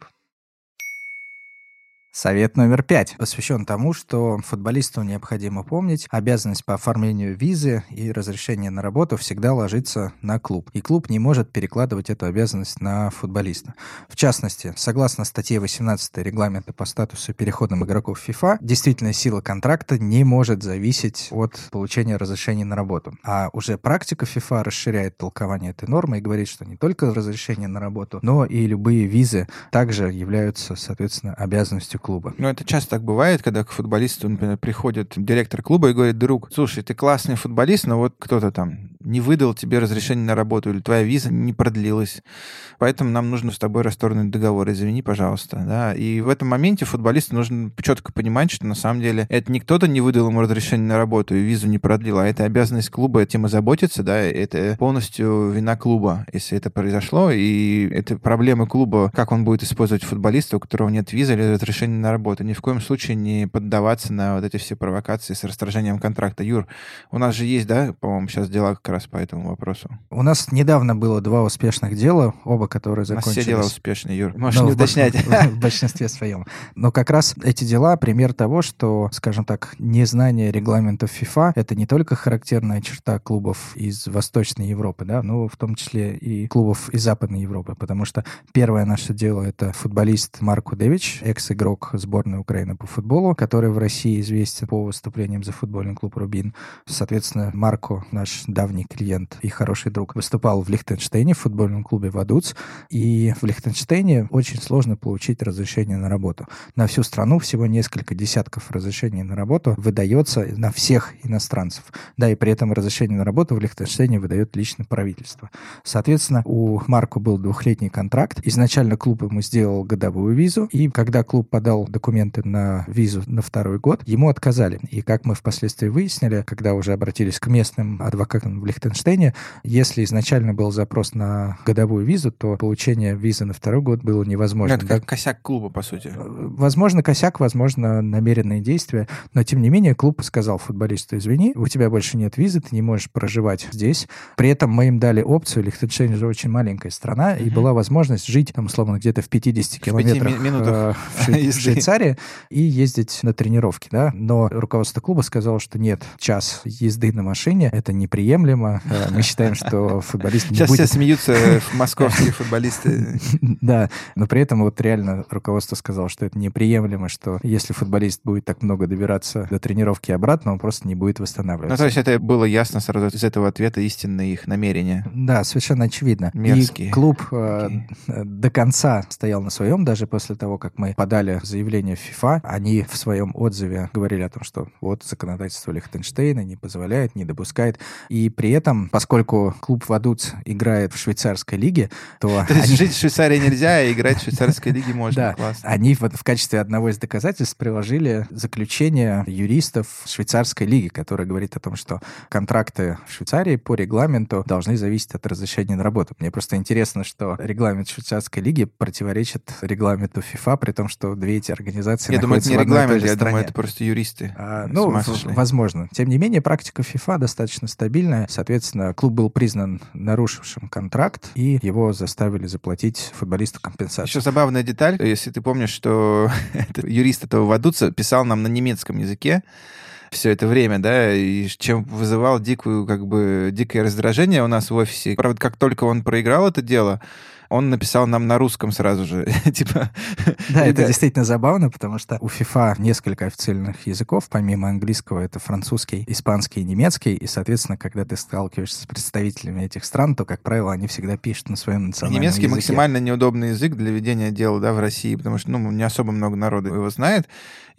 Совет номер пять посвящен тому, что футболисту необходимо помнить: обязанность по оформлению визы и разрешения на работу всегда ложится на клуб. И клуб не может перекладывать эту обязанность на футболиста. В частности, согласно статье восемнадцатой регламента по статусу переходным игроков ФИФА, действительная сила контракта не может зависеть от получения разрешения на работу. А уже практика ФИФА расширяет толкование этой нормы и говорит, что не только разрешение на работу, но и любые визы также являются, соответственно, обязанностью клуба. Ну, это часто так бывает, когда к футболисту, например, приходит директор клуба и говорит: друг, слушай, ты классный футболист, но вот кто-то там не выдал тебе разрешение на работу, или твоя виза не продлилась, поэтому нам нужно с тобой расторгнуть договор, извини, пожалуйста. Да? И в этом моменте футболисту нужно четко понимать, что на самом деле это не кто-то не выдал ему разрешение на работу и визу не продлил, а это обязанность клуба этим озаботиться, да, это полностью вина клуба, если это произошло, и это проблема клуба, как он будет использовать футболиста, у которого нет визы или разрешения на работу. Ни в коем случае не поддаваться на вот эти все провокации с расторжением контракта. Юр, у нас же есть, да, по-моему, сейчас дела как раз по этому вопросу. У нас недавно было два успешных дела, оба которые закончились. У нас все дела успешные, Юр. Можешь не уточнять. В большинстве своем. Но как раз эти дела — пример того, что, скажем так, незнание регламентов ФИФА — это не только характерная черта клубов из Восточной Европы, да, но в том числе и клубов из Западной Европы, потому что первое наше дело — это футболист Марко Девич, экс-игрок сборной Украины по футболу, который в России известен по выступлениям за футбольный клуб «Рубин». Соответственно, Марко, наш давний клиент и хороший друг, выступал в Лихтенштейне, в футбольном клубе «Вадуц», и в Лихтенштейне очень сложно получить разрешение на работу. На всю страну всего несколько десятков разрешений на работу выдается на всех иностранцев. Да, и при этом разрешение на работу в Лихтенштейне выдает лично правительство. Соответственно, у Марко был двухлетний контракт. Изначально клуб ему сделал годовую визу, и когда клуб подал документы на визу на второй год, ему отказали. И как мы впоследствии выяснили, когда уже обратились к местным адвокатам в Лихтенштейне, если изначально был запрос на годовую визу, то получение визы на второй год было невозможно. Это как косяк клуба, по сути. Возможно, косяк, возможно, намеренные действия, но, тем не менее, клуб сказал футболисту: извини, у тебя больше нет визы, ты не можешь проживать здесь. При этом мы им дали опцию, Лихтенштейн же очень маленькая страна, uh-huh. и была возможность жить, там, условно, где-то в пятидесяти километрах э, в Швейцарии и ездить на тренировки, да, но руководство клуба сказало, что нет, час езды на машине — это неприемлемо, неприемлемо. Мы считаем, что футболист не Сейчас будет... все смеются московские футболисты. Да, но при этом вот реально руководство сказало, что это неприемлемо, что если футболист будет так много добираться до тренировки и обратно, он просто не будет восстанавливаться. Ну, то есть это было ясно сразу из этого ответа истинное их намерение. Да, совершенно очевидно. Мерзкие. И клуб э, Такие. до конца стоял на своем, даже после того, как мы подали заявление в ФИФА. Они в своем отзыве говорили о том, что вот законодательство Лихтенштейна не позволяет, не допускает. И при этом, поскольку клуб Vaduz играет в швейцарской лиге, то... То есть они... жить в Швейцарии нельзя, а играть в швейцарской лиге можно. Да, классно. Они в, в качестве одного из доказательств приложили заключение юристов швейцарской лиги, которое говорит о том, что контракты в Швейцарии по регламенту должны зависеть от разрешения на работу. Мне просто интересно, что регламент швейцарской лиги противоречит регламенту ФИФА, при том, что две эти организации Я думаю, это находятся не в одной и той регламент, же я стране. думаю, это просто юристы. А, С ну, ума в- сошли. возможно. Тем не менее, практика ФИФА достаточно стабильная. Соответственно, клуб был признан нарушившим контракт, и его заставили заплатить футболисту компенсацию. Еще забавная деталь, если ты помнишь, что юрист этого Вадуца писал нам на немецком языке все это время, да, и чем вызывал дикую, как бы, дикое раздражение у нас в офисе. Правда, как только он проиграл это дело, он написал нам на русском сразу же. Типа... Да, это ребят, действительно забавно, потому что у FIFA несколько официальных языков, помимо английского, это французский, испанский и немецкий, и, соответственно, когда ты сталкиваешься с представителями этих стран, то, как правило, они всегда пишут на своем национальном Немецкий языке. максимально неудобный язык для ведения дела, да, в России, потому что, ну, не особо много народу его знает.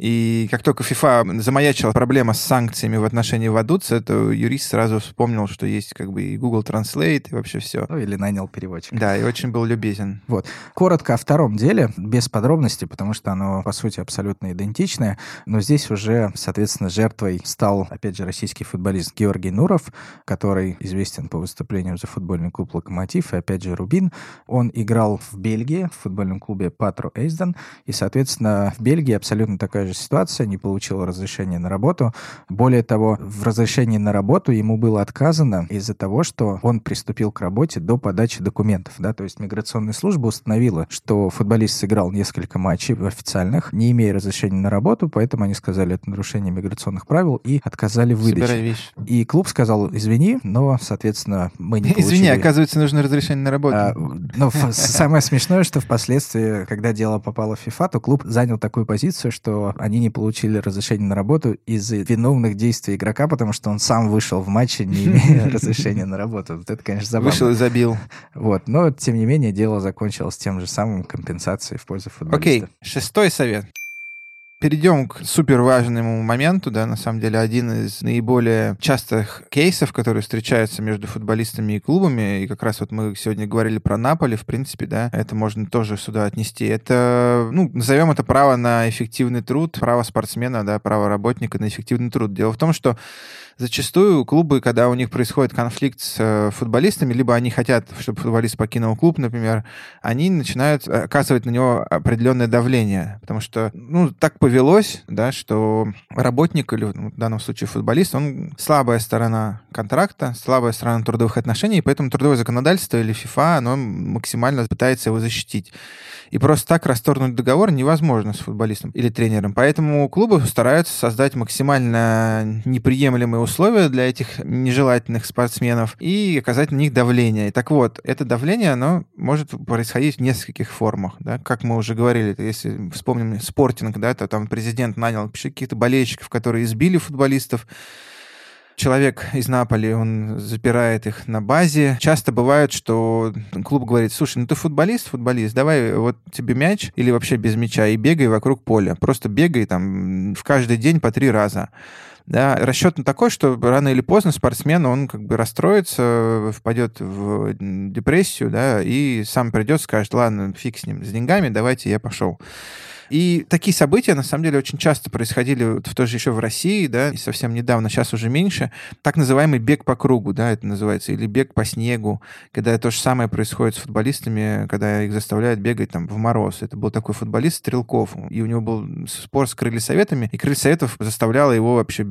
И как только FIFA замаячила проблема с санкциями в отношении Вадуца, то юрист сразу вспомнил, что есть как бы и Google Translate, и вообще все. Ну, или нанял переводчика. Да, и очень был любезен. Вот. Коротко о втором деле, без подробностей, потому что оно, по сути, абсолютно идентичное. Но здесь уже, соответственно, жертвой стал, опять же, российский футболист Георгий Нуров, который известен по выступлениям за футбольный клуб «Локомотив» и, опять же, «Рубин». Он играл в Бельгии, в футбольном клубе Патро Эйсден, и, соответственно, в Бельгии абсолютно такая же ситуация, не получил разрешения на работу. Более того, в разрешении на работу ему было отказано из-за того, что он приступил к работе до подачи документов, да, то есть миграционная служба установила, что футболист сыграл несколько матчей официальных, не имея разрешения на работу, поэтому они сказали, это нарушение миграционных правил, и отказали в выдаче. Собирай вещи. И клуб сказал, извини, но, соответственно, мы не получили... Извини, оказывается, нужно разрешение на работу. А, но ф- самое смешное, что впоследствии, когда дело попало в FIFA, то клуб занял такую позицию, что они не получили разрешение на работу из-за виновных действий игрока, потому что он сам вышел в матче, не имея разрешения на работу. Вот это, конечно, забавно. Вышел и забил. Вот. Но, тем не менее, дело закончилось тем же самым компенсацией в пользу футболиста. Окей, шестой совет. Перейдем к супер важному моменту, да, на самом деле, один из наиболее частых кейсов, которые встречаются между футболистами и клубами, и как раз вот мы сегодня говорили про Наполи, в принципе, да, это можно тоже сюда отнести. Это, ну, назовем это право на эффективный труд, право спортсмена, да, право работника на эффективный труд. Дело в том, что зачастую клубы, когда у них происходит конфликт с э, футболистами, либо они хотят, чтобы футболист покинул клуб, например, они начинают оказывать на него определенное давление, потому что, ну, так повелось, да, что работник, или ну, в данном случае футболист, он слабая сторона контракта, слабая сторона трудовых отношений, и поэтому трудовое законодательство или FIFA, оно максимально пытается его защитить. И просто так расторгнуть договор невозможно с футболистом или тренером. Поэтому клубы стараются создать максимально неприемлемые условия для этих нежелательных спортсменов и оказать на них давление. И так вот, это давление, оно может происходить в нескольких формах. Да? Как мы уже говорили, если вспомним Спортинг, да, то там президент нанял каких-то болельщиков, которые избили футболистов. Человек из Наполи, он запирает их на базе. Часто бывает, что клуб говорит, слушай, ну ты футболист, футболист, давай вот тебе мяч или вообще без мяча и бегай вокруг поля. Просто бегай там в каждый день по три раза. Да, расчет такой, что рано или поздно спортсмен, он как бы расстроится, впадет в депрессию, да, и сам придет, скажет, ладно, фиг с ним, с деньгами, давайте я пошел. И такие события, на самом деле, очень часто происходили в той же еще в России, да, и совсем недавно, сейчас уже меньше. Так называемый бег по кругу, да, это называется, или бег по снегу, когда то же самое происходит с футболистами, когда их заставляют бегать там в мороз. Это был такой футболист Стрелков, и у него был спор с крыльсоветами, и крыльсоветов заставляло его вообще бегать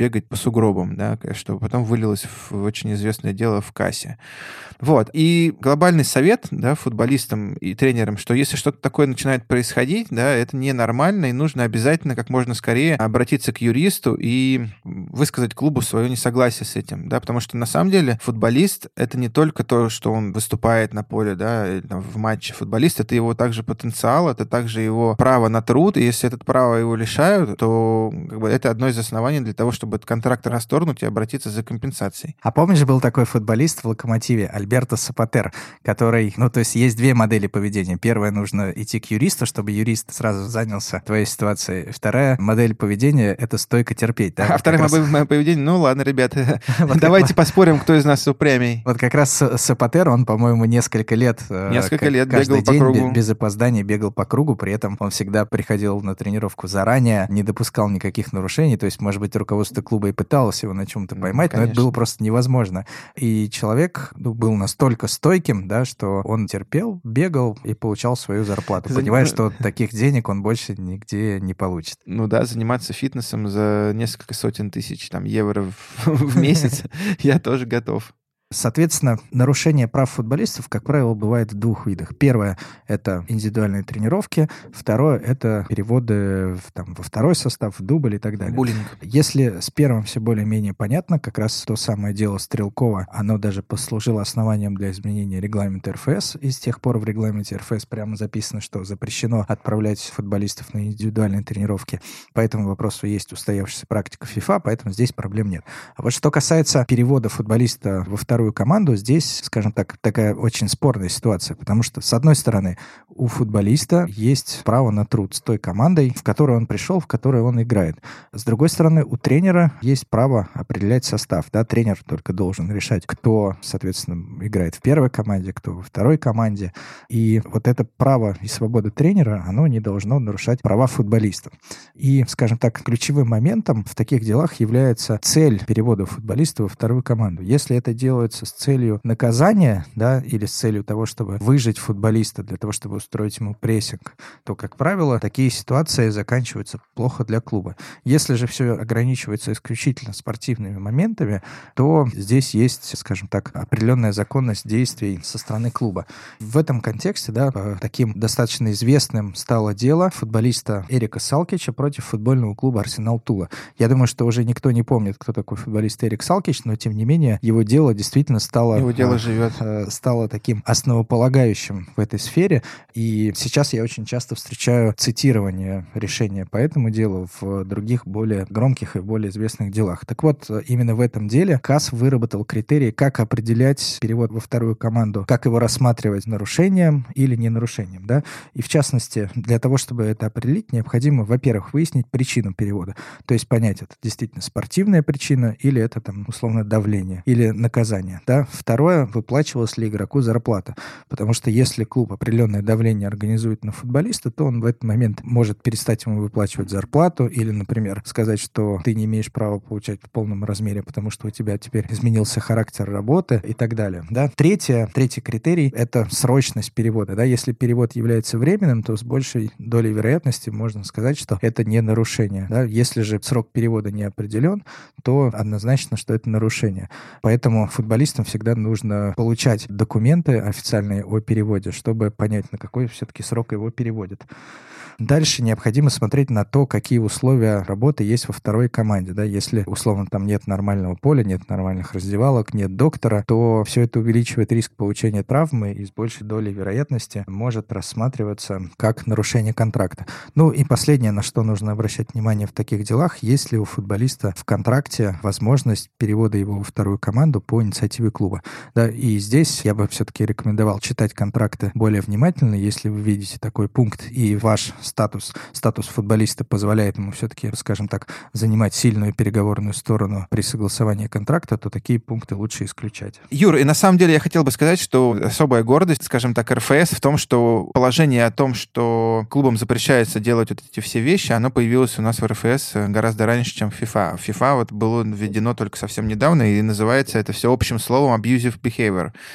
бегать по сугробам, да, что потом вылилось в очень известное дело в кассе. Вот. И глобальный совет, да, футболистам и тренерам, что если что-то такое начинает происходить, да, это ненормально, и нужно обязательно как можно скорее обратиться к юристу и высказать клубу свое несогласие с этим, да, потому что на самом деле футболист — это не только то, что он выступает на поле, да, или, там, в матче. Футболист — это его также потенциал, это также его право на труд, и если это право его лишают, то как бы, это одно из оснований для того, чтобы этот контракт расторгнуть и обратиться за компенсацией. А помнишь, был такой футболист в «Локомотиве» Альберто Сапатер, который, ну, то есть есть две модели поведения. Первая — нужно идти к юристу, чтобы юрист сразу занялся твоей ситуацией. Вторая модель поведения — это стойко терпеть. Да? А Вот вторая модель раз... поведения, ну ладно, ребята, давайте поспорим, кто из нас упрямей. Вот как раз Сапатер, он, по-моему, несколько лет... Несколько лет бегал по кругу. Без опозданий бегал по кругу, при этом он всегда приходил на тренировку заранее, не допускал никаких нарушений, то есть, может быть, руководство клуба и пыталось его на чем-то поймать, ну, но это было просто невозможно. И человек ну, был настолько стойким, да, что он терпел, бегал и получал свою зарплату, понимая, что таких денег он больше нигде не получит. Ну да, заниматься фитнесом за несколько сотен тысяч там, евро в, в месяц я тоже готов. Соответственно, нарушение прав футболистов, как правило, бывает в двух видах. Первое — это индивидуальные тренировки. Второе — это переводы в, там, во второй состав, в дубль и так далее. Буллинг. Если с первым все более-менее понятно, как раз то самое дело Стрелкова, оно даже послужило основанием для изменения регламента эр эф эс, и с тех пор в регламенте эр эф эс прямо записано, что запрещено отправлять футболистов на индивидуальные тренировки. По этому вопросу есть устоявшаяся практика ФИФА, поэтому здесь проблем нет. А вот что касается перевода футболиста во второй вторую команду, здесь, скажем так, такая очень спорная ситуация, потому что, с одной стороны, у футболиста есть право на труд с той командой, в которую он пришел, в которой он играет. С другой стороны, у тренера есть право определять состав. Да? Тренер только должен решать, кто, соответственно, играет в первой команде, кто во второй команде. И вот это право и свобода тренера, оно не должно нарушать права футболиста. И, скажем так, ключевым моментом в таких делах является цель перевода футболиста во вторую команду. Если это делается с целью наказания, да, или с целью того, чтобы выжать футболиста, для того, чтобы устроить ему прессинг, то, как правило, такие ситуации заканчиваются плохо для клуба. Если же все ограничивается исключительно спортивными моментами, то здесь есть, скажем так, определенная законность действий со стороны клуба. В этом контексте, да, таким достаточно известным стало дело футболиста Эрика Салкича против футбольного клуба Арсенал Тула. Я думаю, что уже никто не помнит, кто такой футболист Эрик Салкич, но, тем не менее, его дело действительно стало, Его дело живет. стало таким основополагающим в этой сфере. И сейчас я очень часто встречаю цитирование решения по этому делу в других более громких и более известных делах. Так вот, именно в этом деле КАС выработал критерии, как определять перевод во вторую команду, как его рассматривать нарушением или не нарушением. Да? И в частности, для того, чтобы это определить, необходимо, во-первых, выяснить причину перевода. То есть понять, это действительно спортивная причина или это там условно давление или наказание. Да? Второе, выплачивалась ли игроку зарплата. Потому что если клуб определенное давление организует на футболиста, то он в этот момент может перестать ему выплачивать зарплату или, например, сказать, что ты не имеешь права получать в полном размере, потому что у тебя теперь изменился характер работы и так далее. Да? Третье, третий критерий — это срочность перевода. Да? Если перевод является временным, то с большей долей вероятности можно сказать, что это не нарушение. Да? Если же срок перевода не определен, то однозначно, что это нарушение. Поэтому футболистам всегда нужно получать документы официальные о переводе, чтобы понять, на какой все-таки срок его переводят. Дальше необходимо смотреть на то, какие условия работы есть во второй команде. Да? Если, условно, там нет нормального поля, нет нормальных раздевалок, нет доктора, то все это увеличивает риск получения травмы и с большей долей вероятности может рассматриваться как нарушение контракта. Ну и последнее, на что нужно обращать внимание в таких делах, есть ли у футболиста в контракте возможность перевода его во вторую команду по инициативе клуба. Да? И здесь я бы все-таки рекомендовал читать контракты более внимательно, если вы видите такой пункт и ваш статус, статус футболиста позволяет ему все-таки, скажем так, занимать сильную переговорную сторону при согласовании контракта, то такие пункты лучше исключать. Юр, и на самом деле я хотел бы сказать, что особая гордость, скажем так, эр эф эс в том, что положение о том, что клубам запрещается делать вот эти все вещи, оно появилось у нас в эр эф эс гораздо раньше, чем в FIFA. В FIFA вот было введено только совсем недавно, и называется это все общим словом abusive behavior.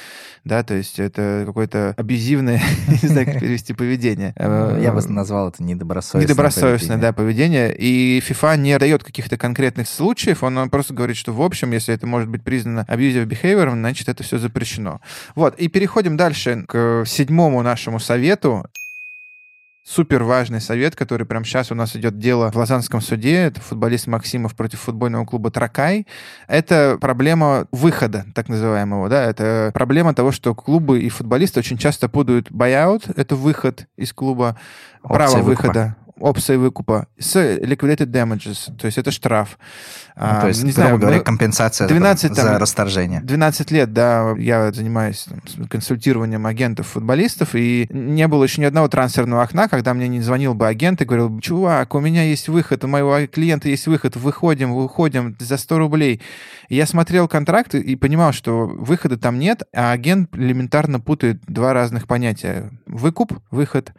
да, то есть это какое-то абьюзивное, не знаю, как перевести, поведение. Я бы назвал это недобросовестное Недобросовестное, да, поведение. И FIFA не дает каких-то конкретных случаев, он просто говорит, что в общем, если это может быть признано abusive behavior, значит, это все запрещено. Вот, и переходим дальше к седьмому нашему совету. Супер важный совет, который прямо сейчас у нас идет дело в Лозаннском суде. Это футболист Максимов против футбольного клуба «Тракай». Это проблема выхода, так называемого. Да? Это проблема того, что клубы и футболисты очень часто путают buyout, это выход из клуба, право выхода, опция выкупа, с liquidated damages, то есть это штраф. Ну, то есть, не знаю, говоря, компенсация двенадцать, за, там, за расторжение. двенадцать лет, да, я занимаюсь там, консультированием агентов-футболистов, и не было еще ни одного трансферного окна, когда мне не звонил бы агент и говорил: чувак, у меня есть выход, у моего клиента есть выход, выходим, выходим за сто рублей. И я смотрел контракт и понимал, что выхода там нет, а агент элементарно путает два разных понятия. Выкуп, выход.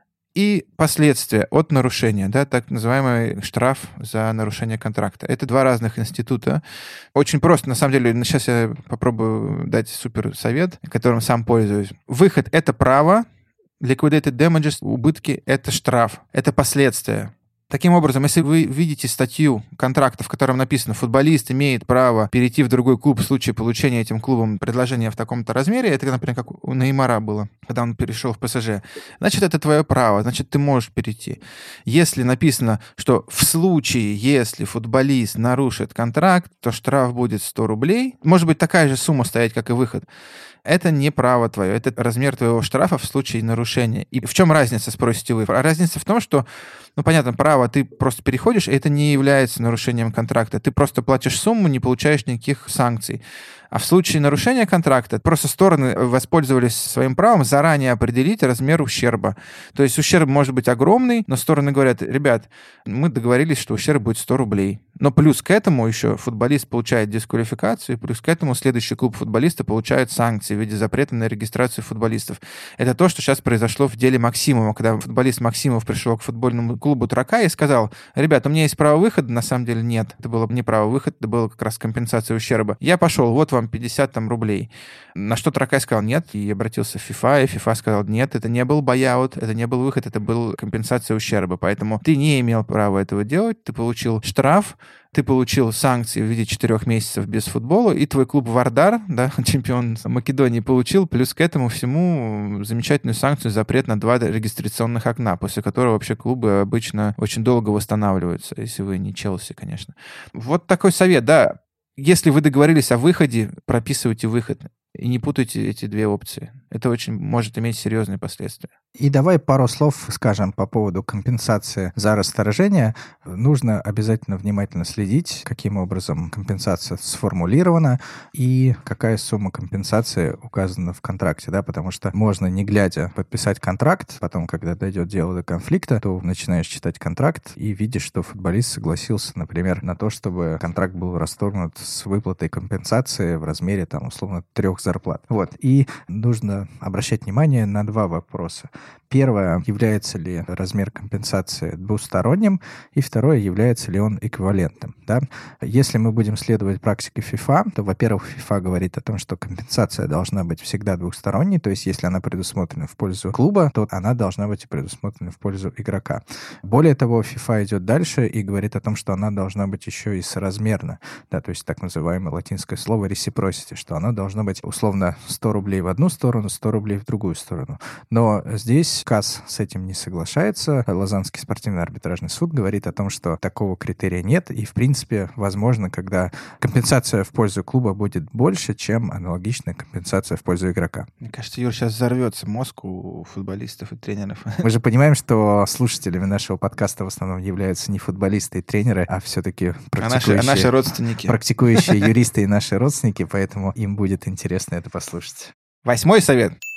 И последствия от нарушения, да, так называемый штраф за нарушение контракта. Это два разных института. Очень просто, на самом деле, сейчас я попробую дать супер совет, которым сам пользуюсь. Выход — это право, liquidated damages, убытки — это штраф, это последствия. Таким образом, если вы видите статью контракта, в котором написано, футболист имеет право перейти в другой клуб в случае получения этим клубом предложения в таком-то размере, это, например, как у Неймара было, когда он перешел в ПСЖ, значит, это твое право, значит, ты можешь перейти. Если написано, что в случае, если футболист нарушит контракт, то штраф будет сто рублей, может быть, такая же сумма стоять, как и выход, это не право твое, это размер твоего штрафа в случае нарушения. И в чем разница, спросите вы? Разница в том, что, ну, понятно, право ты просто переходишь, и это не является нарушением контракта. Ты просто платишь сумму, не получаешь никаких санкций. А в случае нарушения контракта просто стороны воспользовались своим правом заранее определить размер ущерба. То есть ущерб может быть огромный, но стороны говорят: ребят, мы договорились, что ущерб будет сто рублей. Но плюс к этому еще футболист получает дисквалификацию, плюс к этому следующий клуб футболиста получает санкции в виде запрета на регистрацию футболистов. Это то, что сейчас произошло в деле Максимова, когда футболист Максимов пришел к футбольному клубу «Тракай» и сказал: ребят, у меня есть право выхода, на самом деле нет. Это было не право выхода, это было как раз компенсация ущерба. Я пошел, вот вам пятьдесят там, рублей. На что Тракай сказал нет, и обратился в FIFA, и FIFA сказал: нет, это не был buyout, это не был выход, это была компенсация ущерба. Поэтому ты не имел права этого делать, ты получил штраф, ты получил санкции в виде четырех месяцев без футбола, и твой клуб Вардар, да, чемпион Македонии, получил плюс к этому всему замечательную санкцию, запрет на два регистрационных окна, после которого вообще клубы обычно очень долго восстанавливаются, если вы не Челси, конечно. Вот такой совет, да. Если вы договорились о выходе, прописывайте выход. И не путайте эти две опции. Это очень может иметь серьезные последствия. И давай пару слов скажем по поводу компенсации за расторжение. Нужно обязательно внимательно следить, каким образом компенсация сформулирована и какая сумма компенсации указана в контракте, да, потому что можно, не глядя, подписать контракт, потом, когда дойдет дело до конфликта, то начинаешь читать контракт и видишь, что футболист согласился, например, на то, чтобы контракт был расторгнут с выплатой компенсации в размере, там, условно, трех зарплат. Вот. И нужно обращать внимание на два вопроса. Первое, является ли размер компенсации двусторонним, и второе, является ли он эквивалентным. Да? Если мы будем следовать практике FIFA, то, во-первых, FIFA говорит о том, что компенсация должна быть всегда двухсторонней, то есть если она предусмотрена в пользу клуба, то она должна быть предусмотрена в пользу игрока. Более того, FIFA идет дальше и говорит о том, что она должна быть еще и соразмерна, да, то есть так называемое латинское слово reciprocity, что она должна быть условно сто рублей в одну сторону, сто рублей в другую сторону. Но здесь КАС с этим не соглашается. Лозаннский спортивный арбитражный суд говорит о том, что такого критерия нет, и, в принципе, возможно, когда компенсация в пользу клуба будет больше, чем аналогичная компенсация в пользу игрока. Мне кажется, Юр, сейчас взорвется мозг у футболистов и тренеров. Мы же понимаем, что слушателями нашего подкаста в основном являются не футболисты и тренеры, а все-таки практикующие, а наши, а наши родственники. практикующие юристы и наши родственники, поэтому им будет интересно это послушать. Восьмой совет.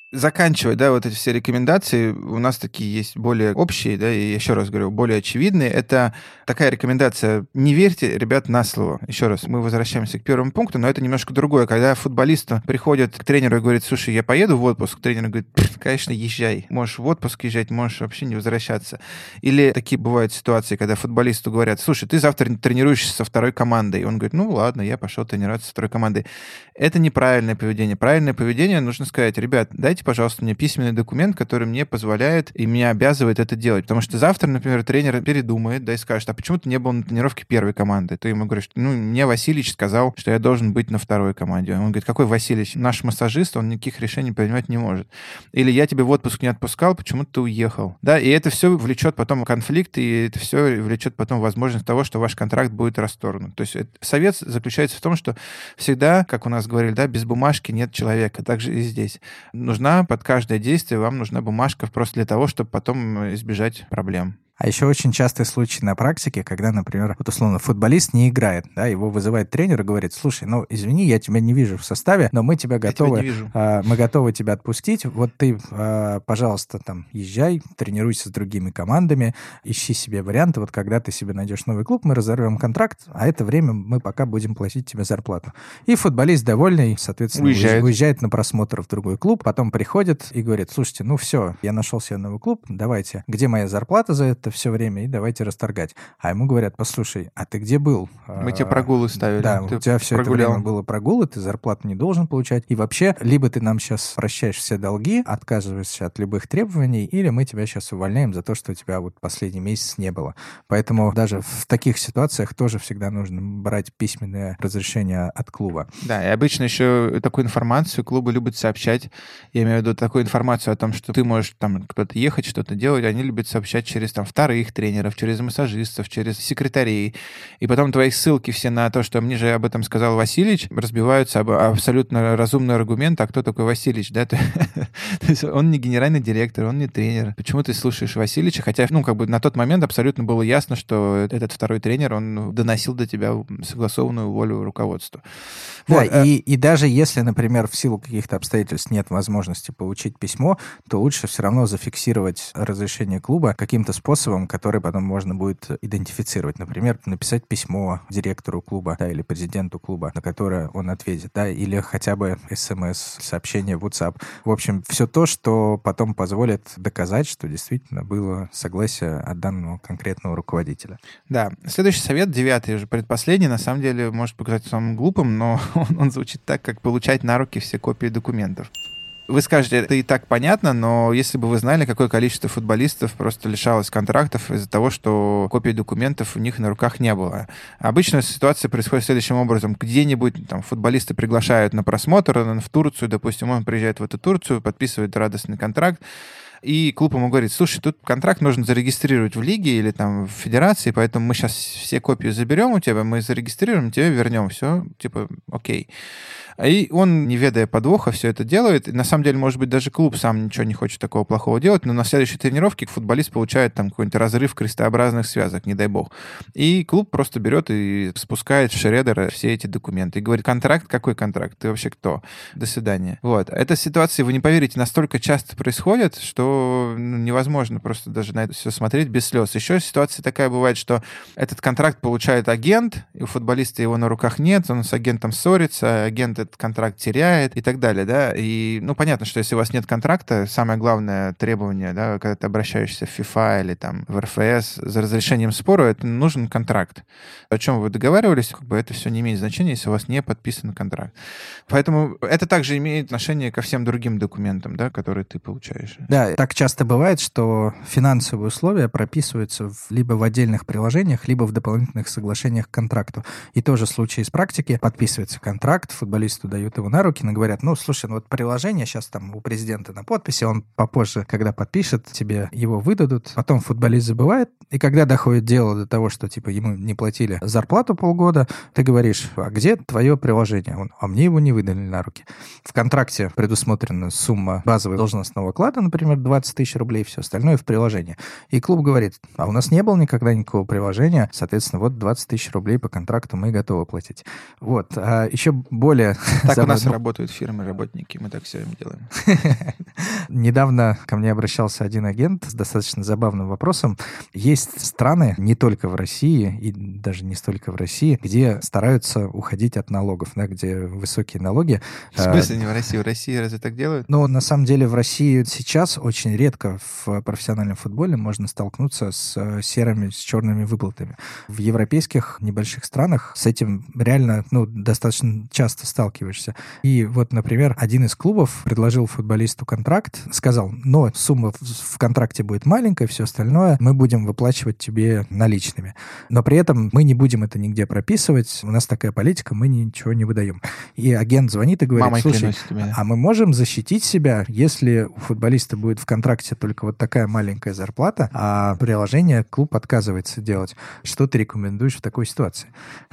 Заканчивая, да, вот эти все рекомендации, у нас такие есть более общие, да, и еще раз говорю, более очевидные. Это такая рекомендация: не верьте, ребят, на слово. Еще раз, мы возвращаемся к первому пункту, но это немножко другое. Когда футболисту приходит к тренеру и говорит: слушай, я поеду в отпуск, тренер говорит: конечно, езжай. Можешь в отпуск езжать, можешь вообще не возвращаться. Или такие бывают ситуации, когда футболисту говорят: слушай, ты завтра тренируешься со второй командой. И он говорит: ну ладно, я пошел тренироваться со второй командой. Это неправильное поведение. Правильное поведение, нужно сказать: ребят, дайте, пожалуйста, мне письменный документ, который мне позволяет и меня обязывает это делать. Потому что завтра, например, тренер передумает, да, и скажет: а почему ты не был на тренировке первой команды? Ты ему говоришь: ну, мне Васильевич сказал, что я должен быть на второй команде. Он говорит: какой Васильевич? Наш массажист, он никаких решений принимать не может. Или: я тебя в отпуск не отпускал, почему ты уехал? Да, и это все влечет потом конфликт, и это все влечет потом возможность того, что ваш контракт будет расторгнут. То есть совет заключается в том, что всегда, как у нас говорили, да, без бумажки нет человека. Также и здесь. Нужна под каждое действие, вам нужна бумажка просто для того, чтобы потом избежать проблем. А еще очень частый случай на практике, когда, например, вот условно футболист не играет, да, его вызывает тренер и говорит: слушай, ну извини, я тебя не вижу в составе, но мы тебя готовы, я тебя а, мы готовы тебя отпустить. Вот ты, а, пожалуйста, там езжай, тренируйся с другими командами, ищи себе варианты. Вот когда ты себе найдешь новый клуб, мы разорвем контракт, а это время мы пока будем платить тебе зарплату. И футболист довольный, соответственно, уезжает. уезжает на просмотр в другой клуб, потом приходит и говорит: слушайте, ну все, я нашел себе новый клуб, давайте, где моя зарплата за это все время, и давайте расторгать. А ему говорят: послушай, а ты где был? Мы тебе прогулы ставили. Да, ты у тебя все прогулял. это время было прогулы, ты зарплату не должен получать. И вообще, либо ты нам сейчас прощаешь все долги, отказываешься от любых требований, или мы тебя сейчас увольняем за то, что у тебя вот последний месяц не было. Поэтому даже в таких ситуациях тоже всегда нужно брать письменное разрешение от клуба. Да, и обычно еще такую информацию клубы любят сообщать. Я имею в виду такую информацию о том, что ты можешь там кто-то ехать, что-то делать. Они любят сообщать через там вторых тренеров, через массажистов, через секретарей. И потом твои ссылки все на то, что мне же об этом сказал Васильевич, разбиваются об абсолютно разумный аргумент: а кто такой Васильевич? Да? То есть он не генеральный директор, он не тренер. Почему ты слушаешь Васильевича? Хотя, ну, как бы на тот момент абсолютно было ясно, что этот второй тренер, он доносил до тебя согласованную волю руководства. Да, Вот. и, и даже если, например, в силу каких-то обстоятельств нет возможности получить письмо, то лучше все равно зафиксировать разрешение клуба каким-то способом, который потом можно будет идентифицировать. Например, написать письмо директору клуба, да, или президенту клуба, на которое он ответит, да, или хотя бы смс, сообщение в WhatsApp. В общем, все то, что потом позволит доказать, что действительно было согласие от данного конкретного руководителя. Да. Следующий совет, девятый, уже предпоследний, на самом деле может показаться самым глупым, но он, он звучит так, как получать на руки все копии документов. Вы скажете, это и так понятно, но если бы вы знали, какое количество футболистов просто лишалось контрактов из-за того, что копий документов у них на руках не было. Обычно ситуация происходит следующим образом. Где-нибудь там футболисты приглашают на просмотр в Турцию, допустим, он приезжает в эту Турцию, подписывает радостный контракт, и клуб ему говорит: слушай, тут контракт нужно зарегистрировать в лиге или там в федерации, поэтому мы сейчас все копии заберем у тебя, мы зарегистрируем, тебе вернем. Все, типа, окей. И он, не ведая подвоха, все это делает. И на самом деле, может быть, даже клуб сам ничего не хочет такого плохого делать, но на следующей тренировке футболист получает там какой-нибудь разрыв крестообразных связок, не дай бог. И клуб просто берет и спускает в шредер все эти документы. И говорит: контракт? Какой контракт? Ты вообще кто? До свидания. Вот. Эта ситуация, вы не поверите, настолько часто происходит, что ну, невозможно просто даже на это все смотреть без слез. Еще ситуация такая бывает, что этот контракт получает агент, и у футболиста его на руках нет, он с агентом ссорится, агент этот контракт теряет и так далее, да, и, ну, понятно, что если у вас нет контракта, самое главное требование, да, когда ты обращаешься в FIFA или там в эр эф эс за разрешением спора, это нужен контракт. О чем вы договаривались, как бы это все не имеет значения, если у вас не подписан контракт. Поэтому это также имеет отношение ко всем другим документам, да, которые ты получаешь. Да, так часто бывает, что финансовые условия прописываются в, либо в отдельных приложениях, либо в дополнительных соглашениях к контракту. И тоже в случае из практики: подписывается контракт, футболисту дают его на руки, но говорят: ну, слушай, ну вот приложение сейчас там у президента на подписи, он попозже, когда подпишет, тебе его выдадут. Потом футболист забывает, и когда доходит дело до того, что типа ему не платили зарплату полгода, ты говоришь: а где твое приложение? Он: а мне его не выдали на руки. В контракте предусмотрена сумма базового должностного оклада, например, двадцать тысяч рублей, все остальное в приложении. И клуб говорит: а у нас не было никогда никакого приложения, соответственно, вот двадцать тысяч рублей по контракту мы готовы платить. Вот. А еще более Так у нас работают фирмы, работники, мы так все им делаем. Недавно ко мне обращался один агент с достаточно забавным вопросом. Есть страны, не только в России, и даже не столько в России, где стараются уходить от налогов, да, где высокие налоги. В смысле не в России? В России разве так делают? Ну, на самом деле в России сейчас очень редко в профессиональном футболе можно столкнуться с серыми, с черными выплатами. В европейских небольших странах с этим реально, ну, достаточно часто сталкиваешься. И вот, например, один из клубов предложил футболисту контракт, сказал, но сумма в контракте будет маленькая, все остальное мы будем выплачивать тебе наличными. Но при этом мы не будем это нигде прописывать, у нас такая политика, мы ничего не выдаем. И агент звонит и говорит, Мамой слушай, тебе. А мы можем защитить себя, если у футболиста будет в контракте только вот такая маленькая зарплата, а приложение клуб отказывается делать. Что ты рекомендуешь в такой ситуации?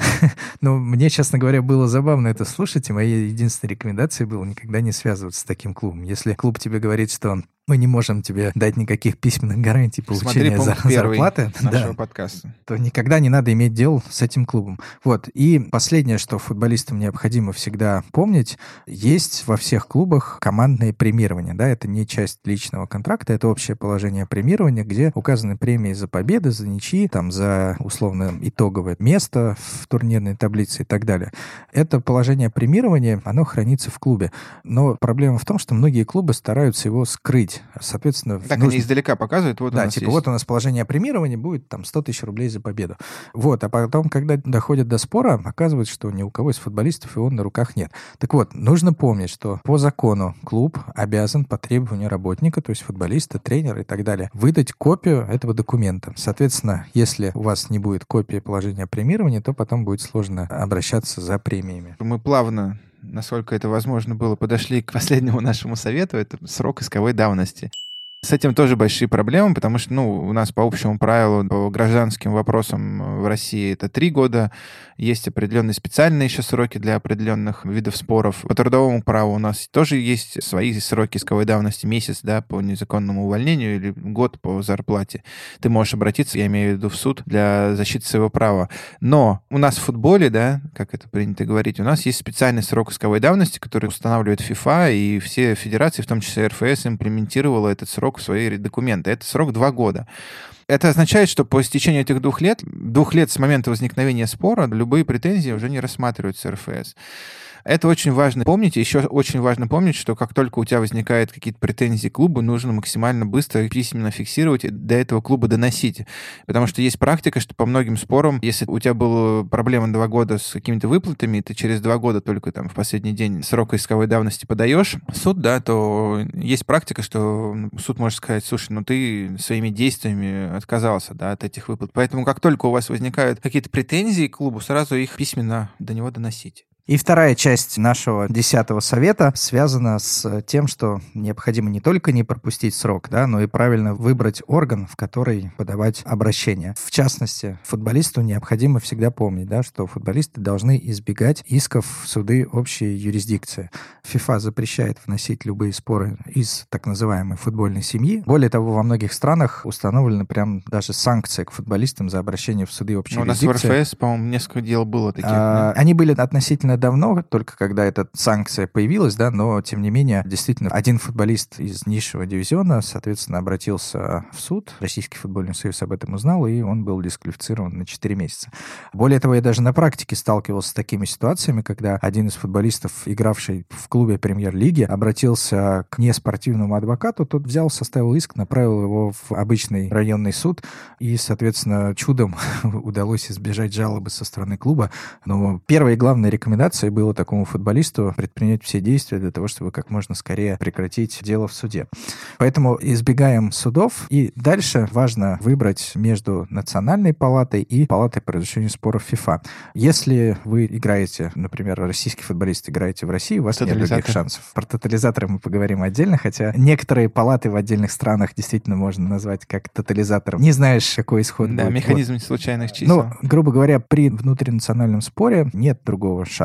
Ну, мне, честно говоря, было забавно это слушать, и моей единственной рекомендацией было никогда не связываться с таким клубом. Если клуб тебе говорит, что мы не можем тебе дать никаких письменных гарантий получения за, зарплаты, нашего да, подкаста, то никогда не надо иметь дел с этим клубом. Вот. И последнее, что футболистам необходимо всегда помнить, есть во всех клубах командное премирование. Да? Это не часть личного контракта, это общее положение премирования, где указаны премии за победы, за ничьи, там, за условно итоговое место в турнирной таблице и так далее. Это положение премирования, оно хранится в клубе. Но проблема в том, что многие клубы стараются его скрыть. Соответственно, так нужно... они издалека показывают, вот да, у нас типа есть. Вот у нас положение премирования будет там сто тысяч рублей за победу. Вот, а потом, когда доходит до спора, оказывается, что ни у кого из футболистов его на руках нет. Так вот, нужно помнить, что по закону клуб обязан по требованию работника, то есть футболиста, тренера и так далее, выдать копию этого документа. Соответственно, если у вас не будет копии положения премирования, то потом будет сложно обращаться за премиями. Мы плавно, насколько это возможно было, подошли к последнему нашему совету, это срок исковой давности. С этим тоже большие проблемы, потому что, ну, у нас по общему правилу, по гражданским вопросам в России это три года, есть определенные специальные еще сроки для определенных видов споров. По трудовому праву у нас тоже есть свои сроки исковой давности, месяц, да, по незаконному увольнению или год по зарплате. Ты можешь обратиться, я имею в виду, в суд для защиты своего права. Но у нас в футболе, да, как это принято говорить, у нас есть специальный срок исковой давности, который устанавливает FIFA, и все федерации, в том числе эр эф эс, имплементировала этот срок в свои документы. Это срок два года. Это означает, что по истечении этих двух лет, двух лет с момента возникновения спора, любые претензии уже не рассматриваются эр эф эс. Это очень важно помнить. Еще очень важно помнить, что как только у тебя возникают какие-то претензии к клубу, нужно максимально быстро письменно фиксировать и до этого клуба доносить. Потому что есть практика, что по многим спорам, если у тебя была проблема два года с какими-то выплатами, и ты через два года только там в последний день срока исковой давности подаешь в суд, да, то есть практика, что суд может сказать, слушай, ну ты своими действиями отказался, да, от этих выплат. Поэтому как только у вас возникают какие-то претензии к клубу, сразу их письменно до него доносить. И вторая часть нашего десятого совета связана с тем, что необходимо не только не пропустить срок, да, но и правильно выбрать орган, в который подавать обращение. В частности, футболисту необходимо всегда помнить, да, что футболисты должны избегать исков в суды общей юрисдикции. FIFA запрещает вносить любые споры из так называемой футбольной семьи. Более того, во многих странах установлены прям даже санкции к футболистам за обращение в суды общей но юрисдикции. У нас в эр эф эс, по-моему, несколько дел было таких. А, да? Они были относительно давно, только когда эта санкция появилась, да, но, тем не менее, действительно, один футболист из низшего дивизиона, соответственно, обратился в суд, Российский футбольный союз об этом узнал, и он был дисквалифицирован на четыре месяца. Более того, я даже на практике сталкивался с такими ситуациями, когда один из футболистов, игравший в клубе премьер-лиги, обратился к неспортивному адвокату, тот взял, составил иск, направил его в обычный районный суд, и, соответственно, чудом удалось избежать жалобы со стороны клуба. Но первая и главная рекомендация было такому футболисту предпринять все действия для того, чтобы как можно скорее прекратить дело в суде. Поэтому избегаем судов. И дальше важно выбрать между Национальной палатой и Палатой по разрешению споров FIFA. Если вы играете, например, российский футболист играете в России, у вас нет других шансов. Про тотализаторы мы поговорим отдельно, хотя некоторые палаты в отдельных странах действительно можно назвать как тотализатором. Не знаешь, какой исход да, будет. механизм вот. случайных чисел. Ну, грубо говоря, при внутринациональном споре нет другого шанса.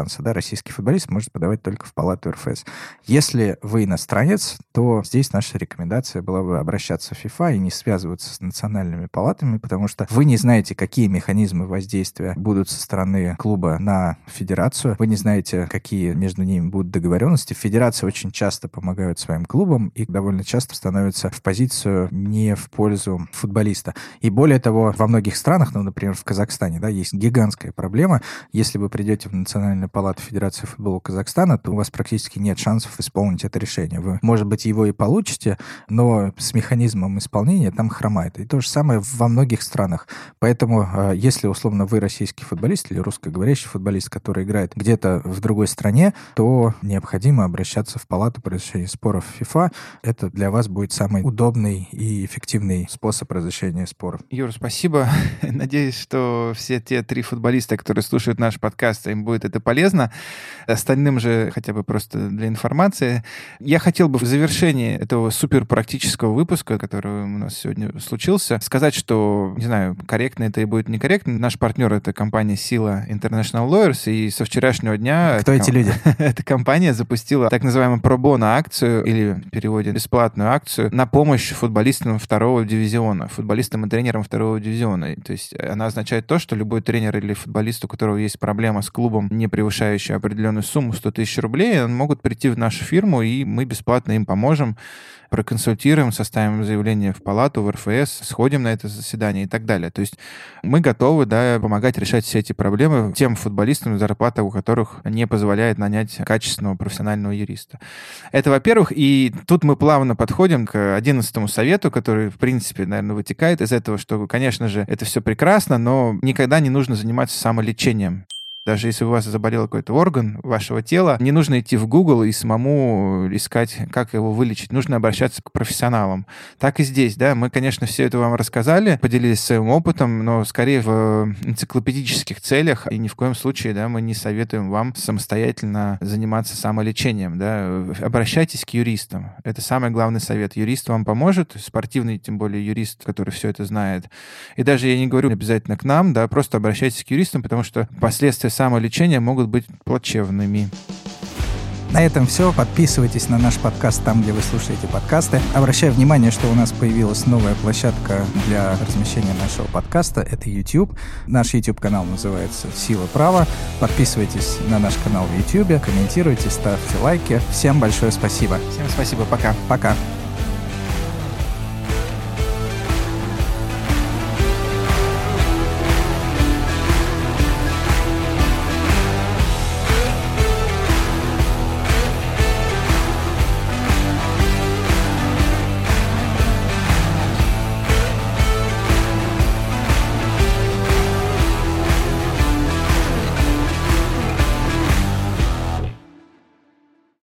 шанса, да, российский футболист может подавать только в палату эр эф эс. Если вы иностранец, то здесь наша рекомендация была бы обращаться в FIFA и не связываться с национальными палатами, потому что вы не знаете, какие механизмы воздействия будут со стороны клуба на федерацию, вы не знаете, какие между ними будут договоренности. Федерации очень часто помогают своим клубам и довольно часто становятся в позицию не в пользу футболиста. И более того, во многих странах, ну, например, в Казахстане, да, есть гигантская проблема. Если вы придете в Национальную палату Федерации футбола Казахстана, то у вас практически нет шансов исполнить это решение. Вы, может быть, его и получите, но с механизмом исполнения там хромает. И то же самое во многих странах. Поэтому, если, условно, вы российский футболист или русскоговорящий футболист, который играет где-то в другой стране, то необходимо обращаться в палату по разрешению споров FIFA. Это для вас будет самый удобный и эффективный способ разрешения споров. Юр, спасибо. Надеюсь, что все те три футболиста, которые слушают наш подкаст, им будет это полезно. Остальным же хотя бы просто для информации. Я хотел бы в завершении этого суперпрактического выпуска, который у нас сегодня случился, сказать, что, не знаю, корректно это и будет некорректно. Наш партнер — это компания Сила International Lawyers, и со вчерашнего дня... Кто эти люди? Эта компания запустила так называемую пробона акцию, или в переводе бесплатную акцию, на помощь футболистам второго дивизиона, футболистам и тренерам второго дивизиона. То есть она означает то, что любой тренер или футболист, у которого есть проблема с клубом, не превышающая определенную сумму сто тысяч рублей, он могут прийти в нашу фирму, и мы бесплатно им поможем, проконсультируем, составим заявление в палату, в эр эф эс, сходим на это заседание и так далее. То есть мы готовы, да, помогать решать все эти проблемы тем футболистам, зарплата у которых не позволяет нанять качественного профессионального юриста. Это, во-первых, и тут мы плавно подходим к одиннадцатому совету, который, в принципе, наверное, вытекает из этого, что, конечно же, это все прекрасно, но никогда не нужно заниматься самолечением. Даже если у вас заболел какой-то орган вашего тела, не нужно идти в Google и самому искать, как его вылечить. Нужно обращаться к профессионалам. Так и здесь, да. Мы, конечно, все это вам рассказали, поделились своим опытом, но скорее в энциклопедических целях. И ни в коем случае, да, мы не советуем вам самостоятельно заниматься самолечением, да. Обращайтесь к юристам. Это самый главный совет. Юрист вам поможет, спортивный, тем более юрист, который все это знает. И даже я не говорю обязательно к нам, да, просто обращайтесь к юристам, потому что последствия самолечения могут быть плачевными. На этом все. Подписывайтесь на наш подкаст там, где вы слушаете подкасты. Обращаю внимание, что у нас появилась новая площадка для размещения нашего подкаста. Это YouTube. Наш YouTube-канал называется «Сила права». Подписывайтесь на наш канал в YouTube, комментируйте, ставьте лайки. Всем большое спасибо. Всем спасибо. Пока. Пока.